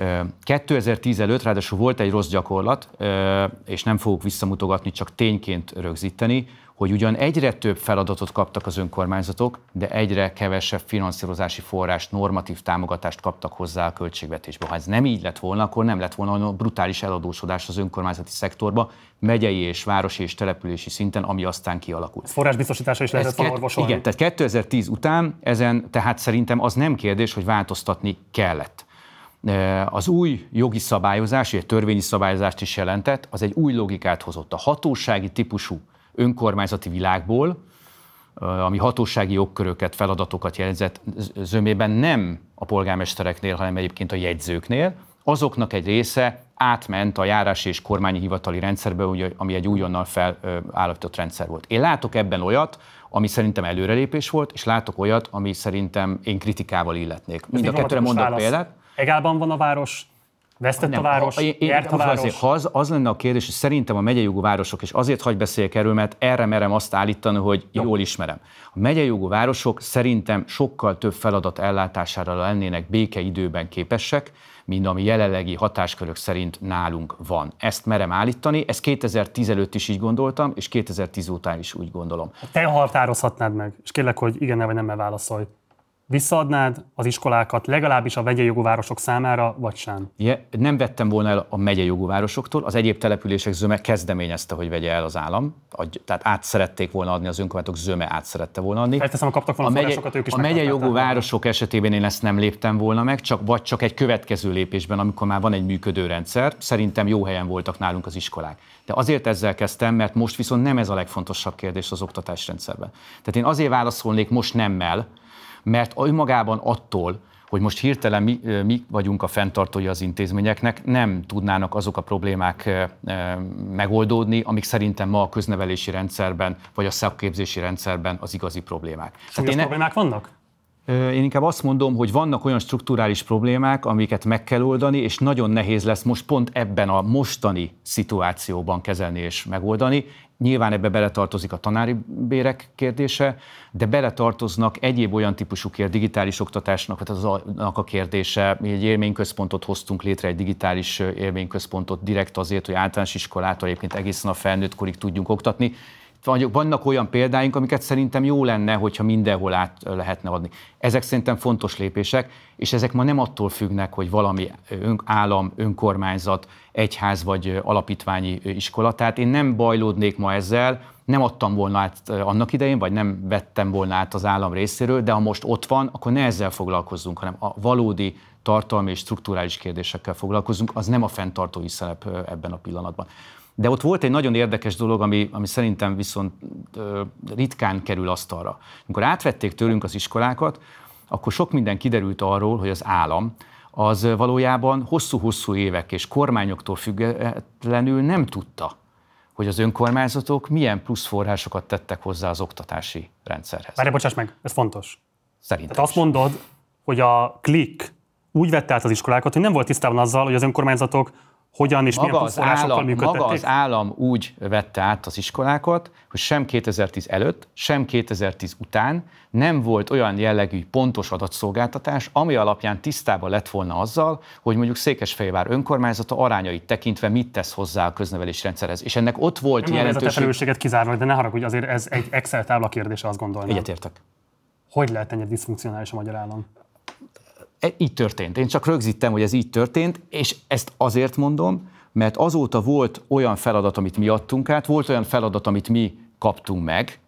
2010 előtt ráadásul volt egy rossz gyakorlat, és nem fogok visszamutogatni, csak tényként rögzíteni, hogy ugyan egyre több feladatot kaptak az önkormányzatok, de egyre kevesebb finanszírozási forrást, normatív támogatást kaptak hozzá a költségvetésbe. Ha ez nem így lett volna, akkor nem lett volna olyan brutális eladósodás az önkormányzati szektorba, megyei és városi és települési szinten, ami aztán kialakult. Ez forrásbiztosításra is lehetett volna orvosolni. Igen, tehát 2010 után ezen, tehát szerintem az nem kérdés, hogy változtatni kellett. Az új jogi szabályozás, egy törvényi szabályozást is jelentett, az egy új logikát hozott. A hatósági típusú önkormányzati világból, ami hatósági jogköröket, feladatokat jelzett zömében nem a polgármestereknél, hanem egyébként a jegyzőknél, azoknak egy része átment a járási és kormányi hivatali rendszerbe, ami egy újonnan felállított rendszer volt. Én látok ebben olyat, ami szerintem előrelépés volt, és látok olyat, ami szerintem én kritikával illetnék. Mind a kettőre mondok példát. Egálban van a város? Vesztett a város? Nyert a város? Ha az lenne a kérdés, hogy szerintem a megyei jogú városok, és azért hagy beszéljek erről, mert erre merem azt állítani, hogy jól ismerem. A megyei jogú városok szerintem sokkal több feladat ellátására lennének békeidőben képesek, mint ami jelenlegi hatáskörök szerint nálunk van. Ezt merem állítani, ezt 2010 előtt is így gondoltam, és 2010 után is úgy gondolom. Te határozhatnád meg, és kérlek, hogy igen vagy nemmel válaszolj. Visszaadnád az iskolákat legalábbis a megyei jogú városok számára, vagy sem? Nem vettem volna el a megyei jogú városoktól, az egyéb települések zöme kezdeményezte, hogy vegye el az állam, tehát át szerették volna adni, az önkormányzatok zöme át szerette volna adni. Felteszem, kaptak volna forrásokat, ők is. A megyei jogú városok esetében én ezt nem léptem volna meg, csak egy következő lépésben, amikor már van egy működő rendszer, szerintem jó helyen voltak nálunk az iskolák. De azért ezzel kezdtem, mert most viszont nem ez a legfontosabb kérdés az oktatásrendszerben. Tehát én azért válaszolnék most nemmel, mert önmagában attól, hogy most hirtelen mi vagyunk a fenntartói az intézményeknek, nem tudnának azok a problémák megoldódni, amik szerintem ma a köznevelési rendszerben, vagy a szakképzési rendszerben az igazi problémák. Súlyos problémák vannak? Én inkább azt mondom, hogy vannak olyan strukturális problémák, amiket meg kell oldani, és nagyon nehéz lesz most pont ebben a mostani szituációban kezelni és megoldani. Nyilván ebbe beletartozik a tanári bérek kérdése, de beletartoznak egyéb olyan típusú digitális oktatásnak a kérdése. Mi egy élményközpontot hoztunk létre, egy digitális élményközpontot direkt azért, hogy általános iskolától egyébként egészen a felnőtt korig tudjunk oktatni. vannak olyan példáink, amiket szerintem jó lenne, hogyha mindenhol át lehetne adni. Ezek szerintem fontos lépések, és ezek ma nem attól függnek, hogy valami állam, önkormányzat, egyház vagy alapítványi iskola. Tehát én nem bajlódnék ma ezzel, nem adtam volna át annak idején, vagy nem vettem volna át az állam részéről, de ha most ott van, akkor ne ezzel foglalkozzunk, hanem a valódi tartalmi és strukturális kérdésekkel foglalkozunk, az nem a fenntartói szerep ebben a pillanatban. De ott volt egy nagyon érdekes dolog, ami szerintem viszont ritkán kerül asztalra. Amikor átvették tőlünk az iskolákat, akkor sok minden kiderült arról, hogy az állam az valójában hosszú-hosszú évek és kormányoktól függetlenül nem tudta, hogy az önkormányzatok milyen plusz forrásokat tettek hozzá az oktatási rendszerhez. Várj, bocsáss meg, ez fontos. Szerintem. Tehát azt mondod, hogy a Klik úgy vette át az iskolákat, hogy nem volt tisztában azzal, hogy az önkormányzatok hogyan és milyen plusz forrásokkal működtették? Maga az állam úgy vette át az iskolákat, hogy sem 2010 előtt, sem 2010 után nem volt olyan jellegű pontos adatszolgáltatás, ami alapján tisztában lett volna azzal, hogy mondjuk Székesfehérvár önkormányzata arányait tekintve mit tesz hozzá a köznevelési rendszerhez. És ennek ott volt jelentőség. Nem felelősséget kizárnak, de ne haragudj, azért ez egy Excel tábla kérdése, azt gondolnám. Egyetértek. Hogy lehet ennyire diszfunkcionális a magyar állam? Így történt. Én csak rögzítem, hogy ez így történt, és ezt azért mondom, mert azóta volt olyan feladat, amit mi adtunk át, volt olyan feladat, amit mi kaptunk meg,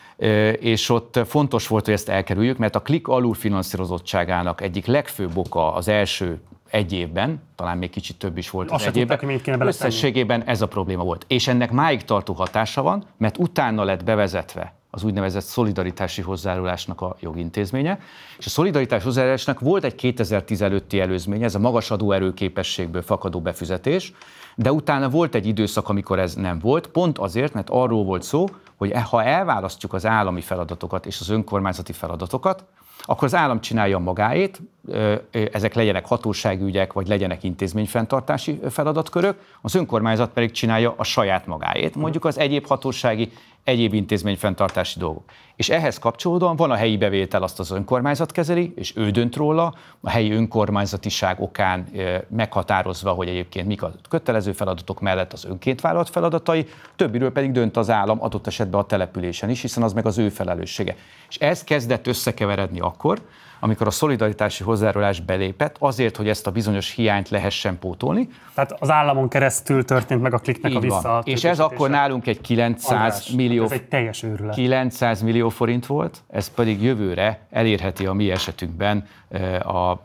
és ott fontos volt, hogy ezt elkerüljük, mert a Klik alulfinanszírozottságának egyik legfőbb oka az első egy évben, talán még kicsit több is volt az egy évben, összességében ez a probléma volt. És ennek máig tartó hatása van, mert utána lett bevezetve az úgynevezett szolidaritási hozzájárulásnak a jogintézménye, és a szolidaritási hozzájárulásnak volt egy 2010 előtti előzménye, ez a magas adóerőképességből fakadó befizetés, de utána volt egy időszak, amikor ez nem volt, pont azért, mert arról volt szó, hogy ha elválasztjuk az állami feladatokat és az önkormányzati feladatokat, akkor az állam csinálja magáét, ezek legyenek hatósági ügyek, vagy legyenek intézményfenntartási feladatkörök, az önkormányzat pedig csinálja a saját magáét, mondjuk az egyéb hatósági, egyéb intézményfenntartási dolgok. És ehhez kapcsolódóan van a helyi bevétel, azt az önkormányzat kezeli, és ő dönt róla, a helyi önkormányzatiság okán meghatározva, hogy egyébként mik a kötelező feladatok mellett az önként vállalt feladatai, többiről pedig dönt az állam, adott esetben a településen is, hiszen az meg az ő felelőssége. És ez kezdett összekeveredni akkor, amikor a szolidaritási hozzájárulás belépett, azért, hogy ezt a bizonyos hiányt lehessen pótolni. Tehát az államon keresztül történt meg a Kliknek a vissza. És ez akkor nálunk egy 900 millió, ez egy teljes őrület. 900 millió forint volt, ez pedig jövőre elérheti a mi esetünkben a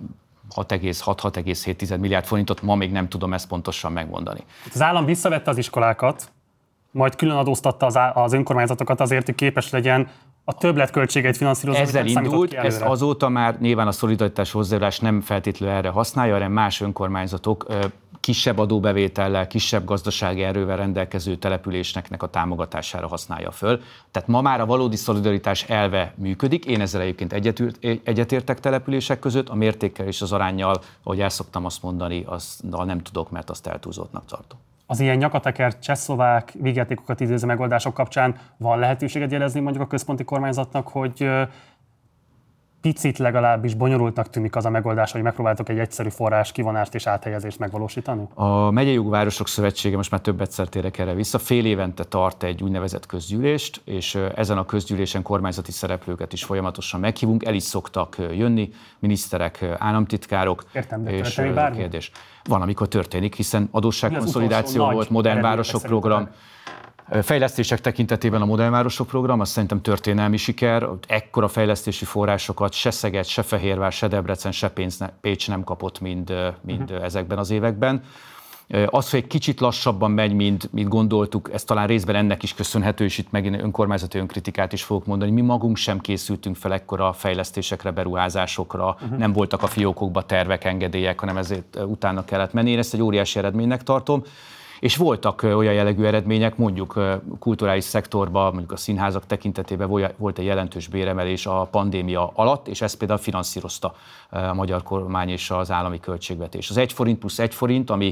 6,7 milliárd forintot, ma még nem tudom ezt pontosan megmondani. Az állam visszavette az iskolákat, majd külön adóztatta az önkormányzatokat azért, hogy képes legyen a többletköltségeit finanszírozni. Ezzel indult, ez azóta már nyilván a szolidaritás hozzájárulás nem feltétlenül erre használja, hanem más önkormányzatok kisebb adóbevétellel, kisebb gazdasági erővel rendelkező településnek a támogatására használja föl. Tehát ma már a valódi szolidaritás elve működik. Én ezzel egyébként egyetértek települések között, a mértékkel és az aránnyal, ahogy el szoktam azt mondani, azzal nem tudok, mert azt eltúlzottnak tartom. Az ilyen nyakateker, csehszlovák vígjátékokat idéző megoldások kapcsán van lehetőséget jelezni mondjuk a központi kormányzatnak, hogy picit legalábbis bonyolultnak tűnik az a megoldás, hogy megpróbáltok egy egyszerű forrás kivonást és áthelyezést megvalósítani? A Megyei Jogú Városok Szövetsége, most már több egyszer térek erre vissza, fél évente tart egy úgynevezett közgyűlést, és ezen a közgyűlésen kormányzati szereplőket is folyamatosan meghívunk, el is szoktak jönni, miniszterek, államtitkárok. Értem, de történik bármi? Kérdés. Van, amikor történik, hiszen adósságkonszolidáció volt, modern városok program. Fejlesztések tekintetében a modern városok program, azt szerintem történelmi siker, ekkora fejlesztési forrásokat se Szeged, se Fehérvár, se Debrecen, se Pécs nem kapott, mind ezekben az években. Az, hogy egy kicsit lassabban megy, mint gondoltuk, ez talán részben ennek is köszönhető, és itt megint önkormányzati önkritikát is fogok mondani. Mi magunk sem készültünk fel ekkora fejlesztésekre, beruházásokra, nem voltak a fiókokba tervek, engedélyek, hanem ezért utána kellett menni. Én ezt egy óriási eredménynek tartom. És voltak olyan jellegű eredmények, mondjuk kulturális szektorban, mondjuk a színházak tekintetében volt egy jelentős béremelés a pandémia alatt, és ezt például finanszírozta a magyar kormány és az állami költségvetés. Az 1 forint plusz 1 forint, ami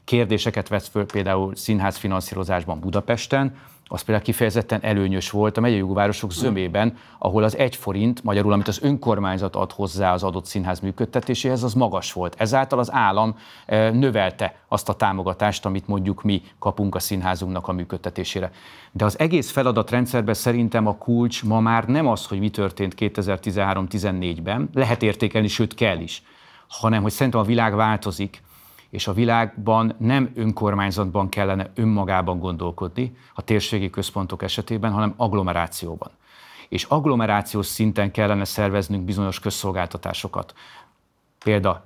kérdéseket vett föl például színházfinanszírozásban Budapesten, az például kifejezetten előnyös volt a megyei jogvárosok zömében, ahol az 1 forint, magyarul, amit az önkormányzat ad hozzá az adott színház működtetéséhez, az magas volt. Ezáltal az állam növelte azt a támogatást, amit mondjuk mi kapunk a színházunknak a működtetésére. De az egész feladatrendszerben szerintem a kulcs ma már nem az, hogy mi történt 2013-14-ben, lehet értékelni, sőt kell is, hanem hogy szerintem a világ változik, és a világban nem önkormányzatban kellene önmagában gondolkodni a térségi központok esetében, hanem agglomerációban. És agglomerációs szinten kellene szerveznünk bizonyos közszolgáltatásokat. Például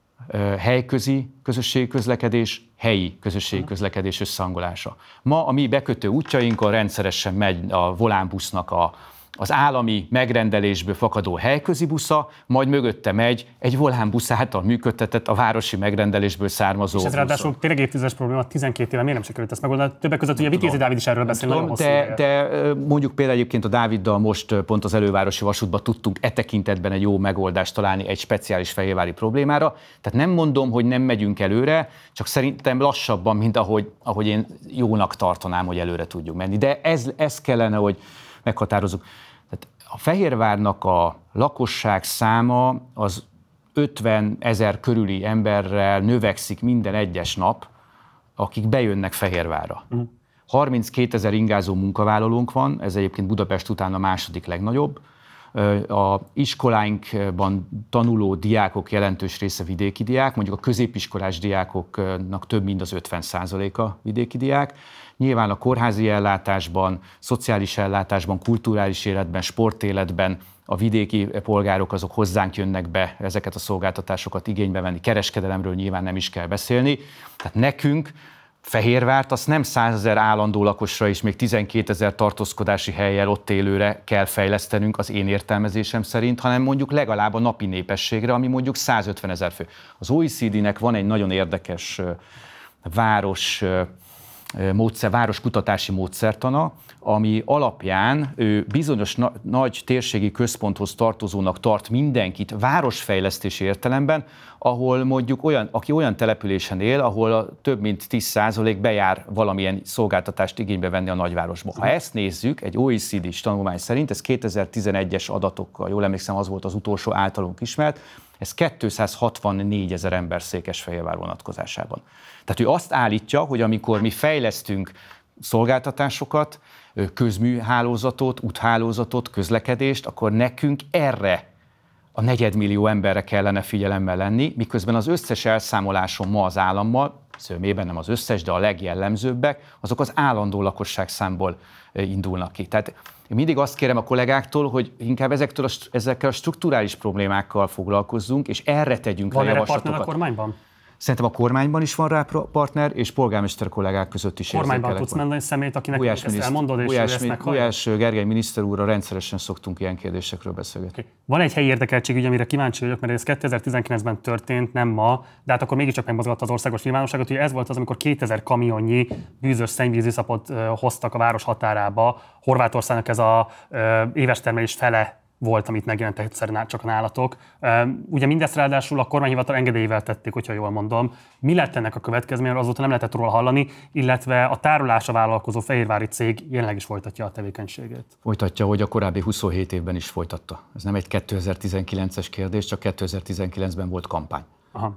helyközi közösségi közlekedés, helyi közösségi közlekedés összehangolása. Ma a mi bekötő útjainkon rendszeresen megy a volánbusznak az állami megrendelésből fakadó helyközi busza, majd mögötte megy egy volánbusz által működtetett a városi megrendelésből származó és ez ráadásul tényleg évtizedes probléma, 12 éve miért nem sikerült ezt megoldani? Többek között ugye Vitézi Dávid is erről beszél nagyon hosszú ideje. De mondjuk például egyébként a Dáviddal most pont az elővárosi vasútban tudtunk tekintetben egy jó megoldást találni egy speciális fehérvári problémára. Tehát nem mondom, hogy nem megyünk előre, csak szerintem lassabban, mint ahogy én jónak tartanám, hogy előre tudjuk menni. De ez kellene, hogy meghatározzuk. Tehát a Fehérvárnak a lakosság száma az 50 000 körüli emberrel növekszik minden egyes nap, akik bejönnek Fehérvárra. 32 000 ingázó munkavállalónk van, ez egyébként Budapest után a második legnagyobb. A iskoláinkban tanuló diákok jelentős része vidéki diák, mondjuk a középiskolás diákoknak több mint az 50%-a vidéki diák. Nyilván a kórházi ellátásban, szociális ellátásban, kulturális életben, sportéletben a vidéki polgárok azok hozzánk jönnek be ezeket a szolgáltatásokat igénybe venni. Kereskedelemről nyilván nem is kell beszélni. Tehát nekünk Fehérvárt azt nem 100 000 állandó lakosra és még 12 000 tartózkodási hellyel ott élőre kell fejlesztenünk az én értelmezésem szerint, hanem mondjuk legalább a napi népességre, ami mondjuk 150 000 fő. Az OECD-nek van egy nagyon érdekes városkutatási módszertana, ami alapján ő bizonyos nagy térségi központhoz tartozónak tart mindenkit városfejlesztési értelemben, ahol mondjuk aki olyan településen él, ahol több mint 10% bejár valamilyen szolgáltatást igénybe venni a nagyvárosba. Ha ezt nézzük, egy OECD-s tanulmány szerint, ez 2011-es adatokkal, jól emlékszem, az volt az utolsó általunk ismert, ez 264 000 ember Székesfehérvár vonatkozásában. Tehát ő azt állítja, hogy amikor mi fejlesztünk szolgáltatásokat, közműhálózatot, úthálózatot, közlekedést, akkor nekünk erre a 4 millió emberre kellene figyelemmel lenni, miközben az összes elszámoláson ma az állammal, zömében nem az összes, de a legjellemzőbbek, azok az állandó lakosságszámból indulnak ki. Tehát én mindig azt kérem a kollégáktól, hogy inkább ezekkel a strukturális problémákkal foglalkozzunk, és erre tegyünk rá javaslatokat. Van erre partner a kormányban? Szerintem a kormányban is van rá partner, és polgármester kollégák között is érzékelek. Kormányban tudsz mondani személyt, akinek ezt elmondod, és ezt meghallja? Gulyás Gergely miniszter úrral rendszeresen szoktunk ilyen kérdésekről beszélgetni. Okay. Van egy helyi érdekeltségügy, amire kíváncsi vagyok, mert ez 2019-ben történt, nem ma, de hát akkor mégiscsak megmozgatta az országos nyilvánosságot, hogy ez volt az, amikor 2000 kamionnyi bűzös szennyvíziszapot hoztak a város határába. Horvátországnak ez az éves termelés fele volt, amit megjelent egyszerűen csak a nálatok. Ugye mindezt ráadásul a kormányhivatal engedélyével tették, hogyha jól mondom. Mi lett ennek a következménye, azóta nem lehetett róla hallani, illetve a tárolásra vállalkozó fehérvári cég jelenleg is folytatja a tevékenységét. Folytatja, hogy a korábbi 27 évben is folytatta. Ez nem egy 2019-es kérdés, csak 2019-ben volt kampány. Aha.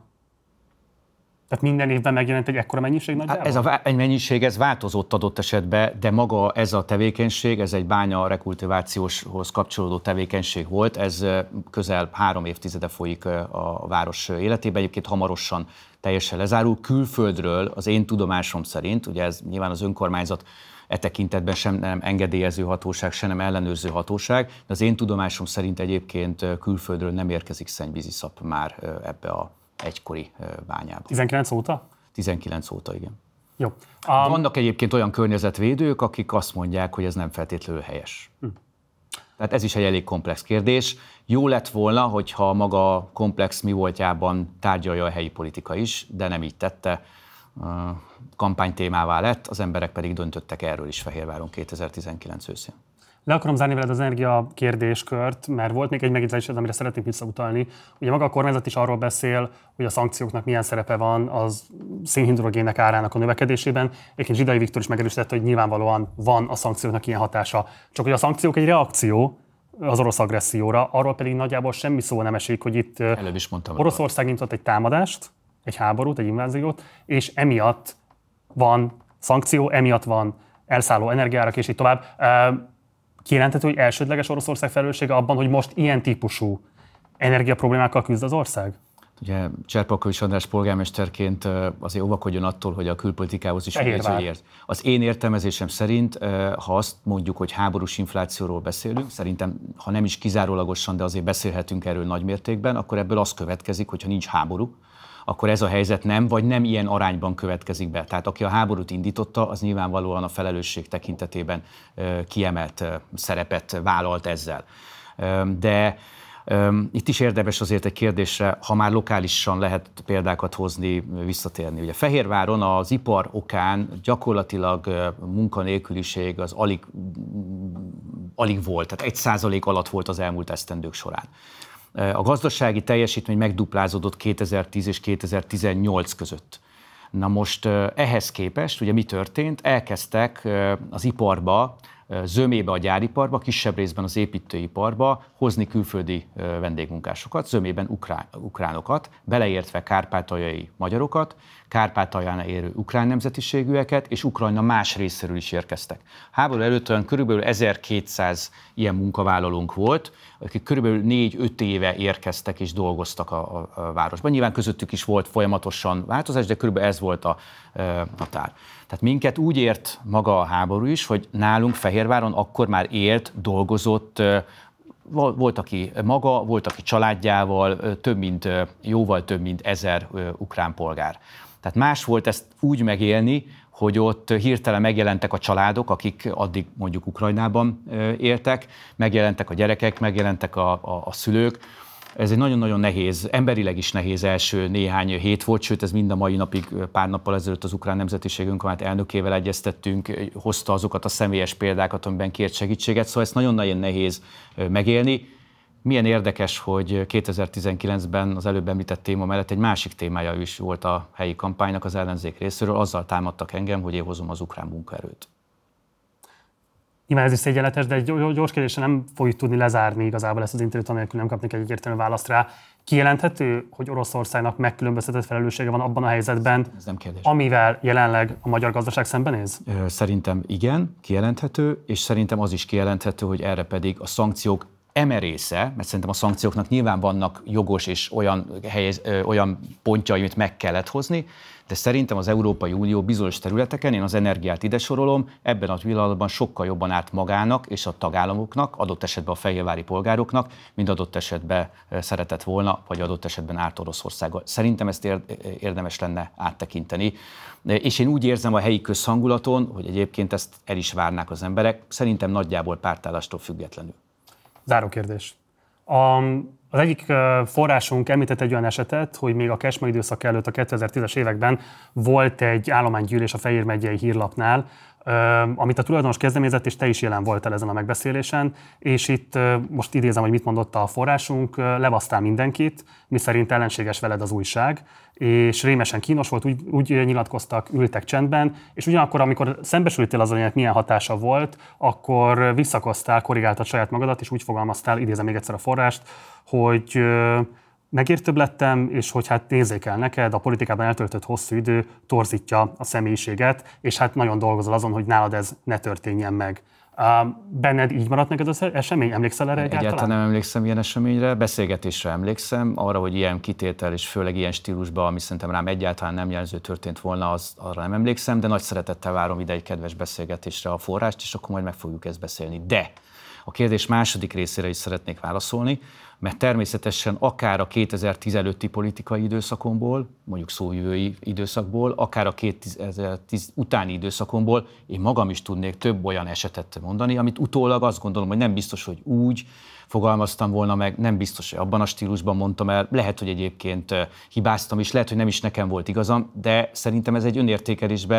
Tehát minden évben megjelent egy ekkora mennyiség nagyjából? Ez a mennyiség, ez változott adott esetben, de maga ez a tevékenység, ez egy bánya rekultivációshoz kapcsolódó tevékenység volt, ez közel 3 évtizede folyik a város életében, egyébként hamarosan teljesen lezárul. Külföldről az én tudomásom szerint, ugye ez nyilván az önkormányzat tekintetben sem nem engedélyező hatóság, sem nem ellenőrző hatóság, de az én tudomásom szerint egyébként külföldről nem érkezik szennyvíziszap már ebbe a egykori bányában. 19 óta? 19 óta, igen. Jó. Vannak egyébként olyan környezetvédők, akik azt mondják, hogy ez nem feltétlenül helyes. Tehát ez is egy elég komplex kérdés. Jó lett volna, hogyha maga komplex mi voltjában tárgyalja a helyi politika is, de nem így tette. Kampánytémává lett, az emberek pedig döntöttek erről is Fehérváron 2019 őszén. Le akarom zárni veled az energia kérdéskört, mert volt még egy megjegyzés, amire szeretnék visszautalni. Ugye maga a kormányzat is arról beszél, hogy a szankcióknak milyen szerepe van az szénhidrogének árának a növekedésében. Egyébként Zsidai Viktor is megerősítette, hogy nyilvánvalóan van a szankcióknak ilyen hatása. Csak hogy a szankciók egy reakció az orosz agresszióra, arról pedig nagyjából semmi szó nem esik, hogy itt Oroszország nyitott egy támadást, egy háborút, egy inváziót, és emiatt van szankció, emiatt van elszálló energiárak, és így tovább. Kijelenthető, hogy elsődleges Oroszország felelőssége abban, hogy most ilyen típusú energiaproblémákkal küzd az ország? Ugye Cserpalkovics András polgármesterként azért óvakodjon attól, hogy a külpolitikához is ért. Az én értelmezésem szerint, ha azt mondjuk, hogy háborús inflációról beszélünk, szerintem, ha nem is kizárólagosan, de azért beszélhetünk erről nagymértékben, akkor ebből az következik, hogyha nincs háború, akkor ez a helyzet nem, vagy nem ilyen arányban következik be. Tehát aki a háborút indította, az nyilvánvalóan a felelősség tekintetében kiemelt szerepet vállalt ezzel. De itt is érdemes azért egy kérdésre, ha már lokálisan lehet példákat hozni, visszatérni. Ugye Fehérváron az ipar okán gyakorlatilag munkanélküliség az alig volt, tehát 1% alatt volt az elmúlt esztendők során. A gazdasági teljesítmény megduplázódott 2010 és 2018 között. Na most ehhez képest ugye mi történt? Elkezdtek az iparba, zömébe a gyáriparba, kisebb részben az építőiparba hozni külföldi vendégmunkásokat, zömében ukránokat, beleértve kárpátaljai magyarokat, Kárpátalján élő ukrán nemzetiségűeket, és Ukrajna más részéről is érkeztek. Háború előtt olyan körülbelül 1200 ilyen munkavállalónk volt, akik körülbelül 4-5 éve érkeztek és dolgoztak a városban. Nyilván közöttük is volt folyamatosan változás, de körülbelül ez volt a határ. Tehát minket úgy ért maga a háború is, hogy nálunk Fehérváron akkor már élt, dolgozott, volt, aki maga, volt, aki családjával, jóval több mint 1000 ukrán polgár. Tehát más volt ezt úgy megélni, hogy ott hirtelen megjelentek a családok, akik addig mondjuk Ukrajnában éltek, megjelentek a gyerekek, megjelentek a szülők. Ez egy nagyon-nagyon nehéz, emberileg is nehéz első néhány hét volt, sőt ez mind a mai napig, pár nappal ezelőtt az ukrán nemzetiségünk önkormányzat elnökével egyeztettünk, hozta azokat a személyes példákat, amiben kért segítséget, szóval ezt nagyon-nagyon nehéz megélni. Milyen érdekes, hogy 2019-ben az előbb említett téma mellett egy másik témája is volt a helyi kampánynak az ellenzék részéről, azzal támadtak engem, hogy én hozom az ukrán munkaerőt. Nyilván ez is szégyenletes, de egy gyors kérdésre nem fogjuk tudni lezárni igazából ezt az interjút, anélkül nem kapnék egy egyértelmű választ rá. Kijelenthető, hogy Oroszországnak megkülönböztetett felelőssége van abban a helyzetben, amivel jelenleg a magyar gazdaság szembenéz? Szerintem igen, kijelenthető, és szerintem az is kijelenthető, hogy erre pedig a szankciók emerésze, mert szerintem a szankcióknak nyilván vannak jogos és olyan pontjai, amit meg kellett hozni, de szerintem az Európai Unió bizonyos területeken, én az energiát ide sorolom, ebben a pillanatban sokkal jobban árt magának és a tagállamoknak, adott esetben a fehérvári polgároknak, mint adott esetben szeretett volna, vagy adott esetben árt Oroszországgal. Szerintem ezt érdemes lenne áttekinteni. És én úgy érzem a helyi közhangulaton, hogy egyébként ezt el is várnák az emberek, szerintem nagyjából pártállástól függetlenül. Záró kérdés. Az egyik forrásunk említett egy olyan esetet, hogy még a Kessma időszak előtt a 2010-es években volt egy állománygyűlés a Fejér megyei hírlapnál, amit a tulajdonos kezdeményezett, és te is jelen voltál ezen a megbeszélésen, és itt most idézem, hogy mit mondott a forrásunk, levasztál mindenkit, miszerint ellenséges veled az újság, és rémesen kínos volt, úgy nyilatkoztak, ültek csendben, és ugyanakkor, amikor szembesültél azon, hogy milyen hatása volt, akkor visszakoztál, korrigáltad saját magadat, és úgy fogalmaztál, idézem még egyszer a forrást, hogy megértőbb lettem, és hogy hát nézzék el neked, a politikában eltöltött hosszú idő torzítja a személyiséget, és hát nagyon dolgozol azon, hogy nálad ez ne történjen meg. Benned így maradt neked az esemény? Emlékszel erre egyáltalán? Egyáltalán nem emlékszem ilyen eseményre, beszélgetésre emlékszem, arra, hogy ilyen kitétel és főleg ilyen stílusban, ami szerintem rám egyáltalán nem jelző történt volna, arra nem emlékszem, de nagy szeretettel várom ide egy kedves beszélgetésre a forrást, és akkor majd meg fogjuk ezt beszélni. De a kérdés második részére is szeretnék válaszolni, mert természetesen akár a 2010 előtti politikai időszakomból, mondjuk szóvivői időszakból, akár a 2010 utáni időszakomból én magam is tudnék több olyan esetet mondani, amit utólag azt gondolom, hogy nem biztos, hogy úgy fogalmaztam volna meg, nem biztos, hogy abban a stílusban mondtam el, lehet, hogy egyébként hibáztam is, lehet, hogy nem is nekem volt igazam, de szerintem ez egy önértékelésbe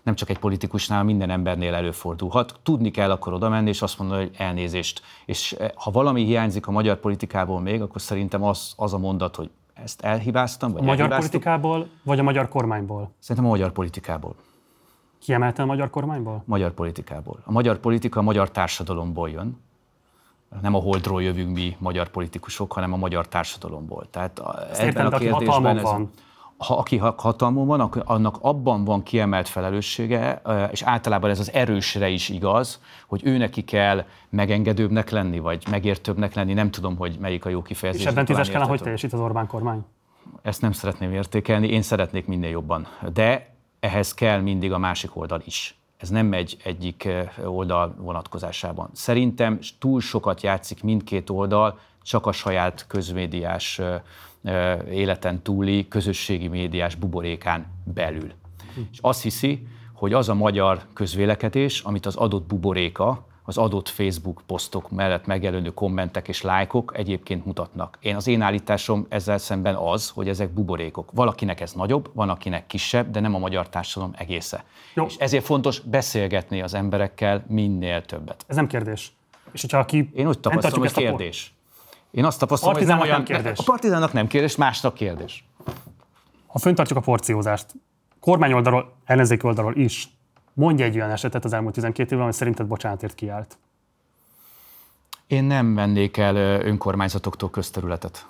nem csak egy politikusnál, minden embernél előfordulhat. Tudni kell akkor oda menni, és azt mondani, hogy elnézést. És ha valami hiányzik a magyar politikából még, akkor szerintem az a mondat, hogy ezt elhibáztam, vagy a magyar politikából, vagy a magyar kormányból? Szerintem a magyar politikából. Kiemelten a magyar kormányból? Magyar politikából. A magyar politika a magyar társadalomból jön. Nem a holdról jövünk mi magyar politikusok, hanem a magyar társadalomból. Tehát ebben a kérdésben aki hatalmon van, annak abban van kiemelt felelőssége, és általában ez az erősre is igaz, hogy őneki kell megengedőbbnek lenni, vagy megértőbbnek lenni, nem tudom, hogy melyik a jó kifejezés. És ebben tízes kell, hogy teljesít az Orbán kormány? Ezt nem szeretném értékelni, én szeretnék minél jobban. De ehhez kell mindig a másik oldal is. Ez nem megy egyik oldal vonatkozásában. Szerintem túl sokat játszik mindkét oldal, csak a saját közmédiás életen túli közösségi médiás buborékán belül. És azt hiszi, hogy az a magyar közvélekedés, amit az adott buboréka, az adott Facebook posztok mellett megjelenő kommentek és lájkok egyébként mutatnak. Az én állításom ezzel szemben az, hogy ezek buborékok. Valakinek ez nagyobb, van akinek kisebb, de nem a magyar társadalom egésze. Jó. És ezért fontos beszélgetni az emberekkel minél többet. Ez nem kérdés. És hogyha én úgy tapasztalom, hogy kérdés. Én azt tapasztalom, hogy nem olyan kérdés. A Partizánnak nem kérdés, másnak kérdés. Ha föntartjuk a porciózást, kormány oldalról, ellenzéki oldalról is, mondj egy olyan esetet az elmúlt 12 évben, ami szerinted bocsánatért kiállt. Én nem vennék el önkormányzatoktól közterületet.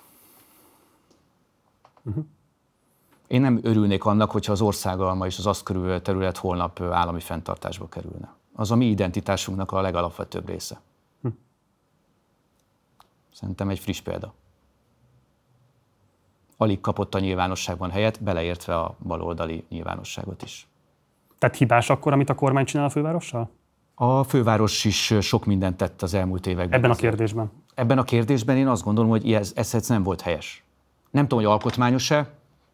Én nem örülnék annak, hogyha az országalma és az azt körülvevő terület holnap állami fenntartásba kerülne. Az a mi identitásunknak a legalapvetőbb része. Szerintem egy friss példa. Alig kapott a nyilvánosságban helyet, beleértve a baloldali nyilvánosságot is. Tehát hibás akkor, amit a kormány csinál a fővárossal? A főváros is sok mindent tett az elmúlt években. Ebben a kérdésben? Ebben a kérdésben én azt gondolom, hogy ez nem volt helyes. Nem tudom, hogy alkotmányos-e,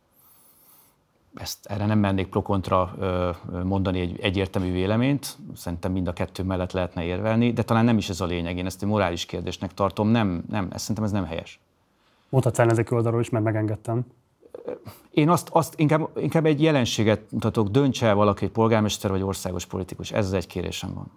erre nem mennék pro-kontra mondani egy egyértelmű véleményt, szerintem mind a kettő mellett lehetne érvelni, de talán nem is ez a lényeg, én ezt egy morális kérdésnek tartom, szerintem ez nem helyes. Mondhatsz ellenzéki oldalról is, mert megengedtem. Én azt inkább egy jelenséget mutatok, döntse el valaki, egy polgármester vagy országos politikus, ez egy kérésem van.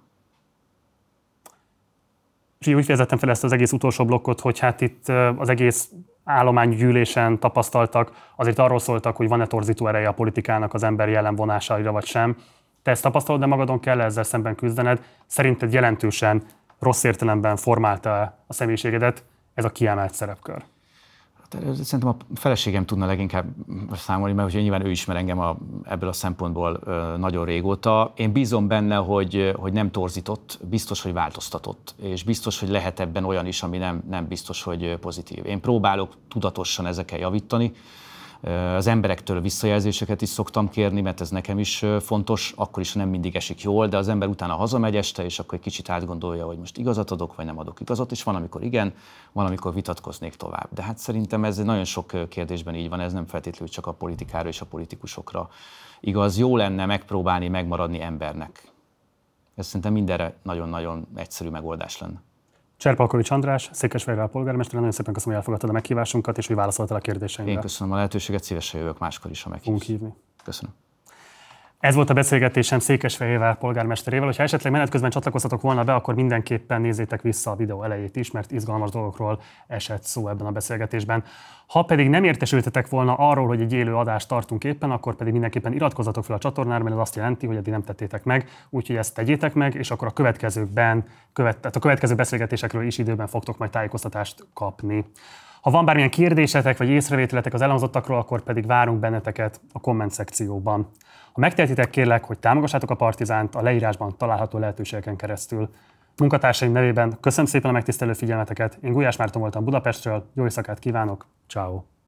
És így úgy vezettem fel ezt az egész utolsó blokkot, hogy hát itt az egész állománygyűlésen tapasztaltak, azért arról szóltak, hogy van-e torzító ereje a politikának az ember jelen vonásaira, vagy sem. Te ezt tapasztalod, de magadon kell ezzel szemben küzdened. Szerinted jelentősen rossz értelemben formálta a személyiségedet ez a kiemelt szerepkör? Szerintem a feleségem tudna leginkább számolni, mert nyilván ő ismer engem ebből a szempontból nagyon régóta. Én bízom benne, hogy nem torzított, biztos, hogy változtatott, és biztos, hogy lehet ebben olyan is, ami nem biztos, hogy pozitív. Én próbálok tudatosan ezeken javítani. Az emberektől visszajelzéseket is szoktam kérni, mert ez nekem is fontos, akkor is nem mindig esik jól, de az ember utána hazamegy este, és akkor egy kicsit átgondolja, hogy most igazat adok, vagy nem adok igazat, és van, amikor igen, van, amikor vitatkoznék tovább. De hát szerintem ez nagyon sok kérdésben így van, ez nem feltétlenül csak a politikára és a politikusokra igaz. Jó lenne megpróbálni megmaradni embernek. Ez szerintem mindenre nagyon-nagyon egyszerű megoldás lenne. Cserpalkovics András, Székesfehérvár polgármester, nagyon szépen köszönöm, hogy elfogadtad a meghívásunkat, és hogy válaszoltál a kérdéseinkre. Én köszönöm a lehetőséget, szívesen jövök máskor is, ha meghívsz. Hívni. Köszönöm. Ez volt a beszélgetésem Székesfehérvár polgármesterével. Ha esetleg menet közben csatlakoztatok volna be, akkor mindenképpen nézzétek vissza a videó elejét is, mert izgalmas dolgokról esett szó ebben a beszélgetésben. Ha pedig nem értesültetek volna arról, hogy egy élő adást tartunk éppen, akkor pedig mindenképpen iratkozzatok fel a csatornára, mert ez azt jelenti, hogy eddig nem tettétek meg, úgyhogy ezt tegyétek meg, és akkor a következő beszélgetésekről is időben fogtok majd tájékoztatást kapni. Ha van bármilyen kérdésetek vagy észrevételetek az elhangzottakról, akkor pedig várunk benneteket a komment szekcióban. Ha megtehetitek, kérlek, hogy támogassátok a Partizánt a leírásban található lehetőségeken keresztül. Munkatársaim nevében köszönöm szépen a megtisztelő figyelmeteket. Én Gulyás Márton voltam Budapestről, jó éjszakát kívánok, ciao.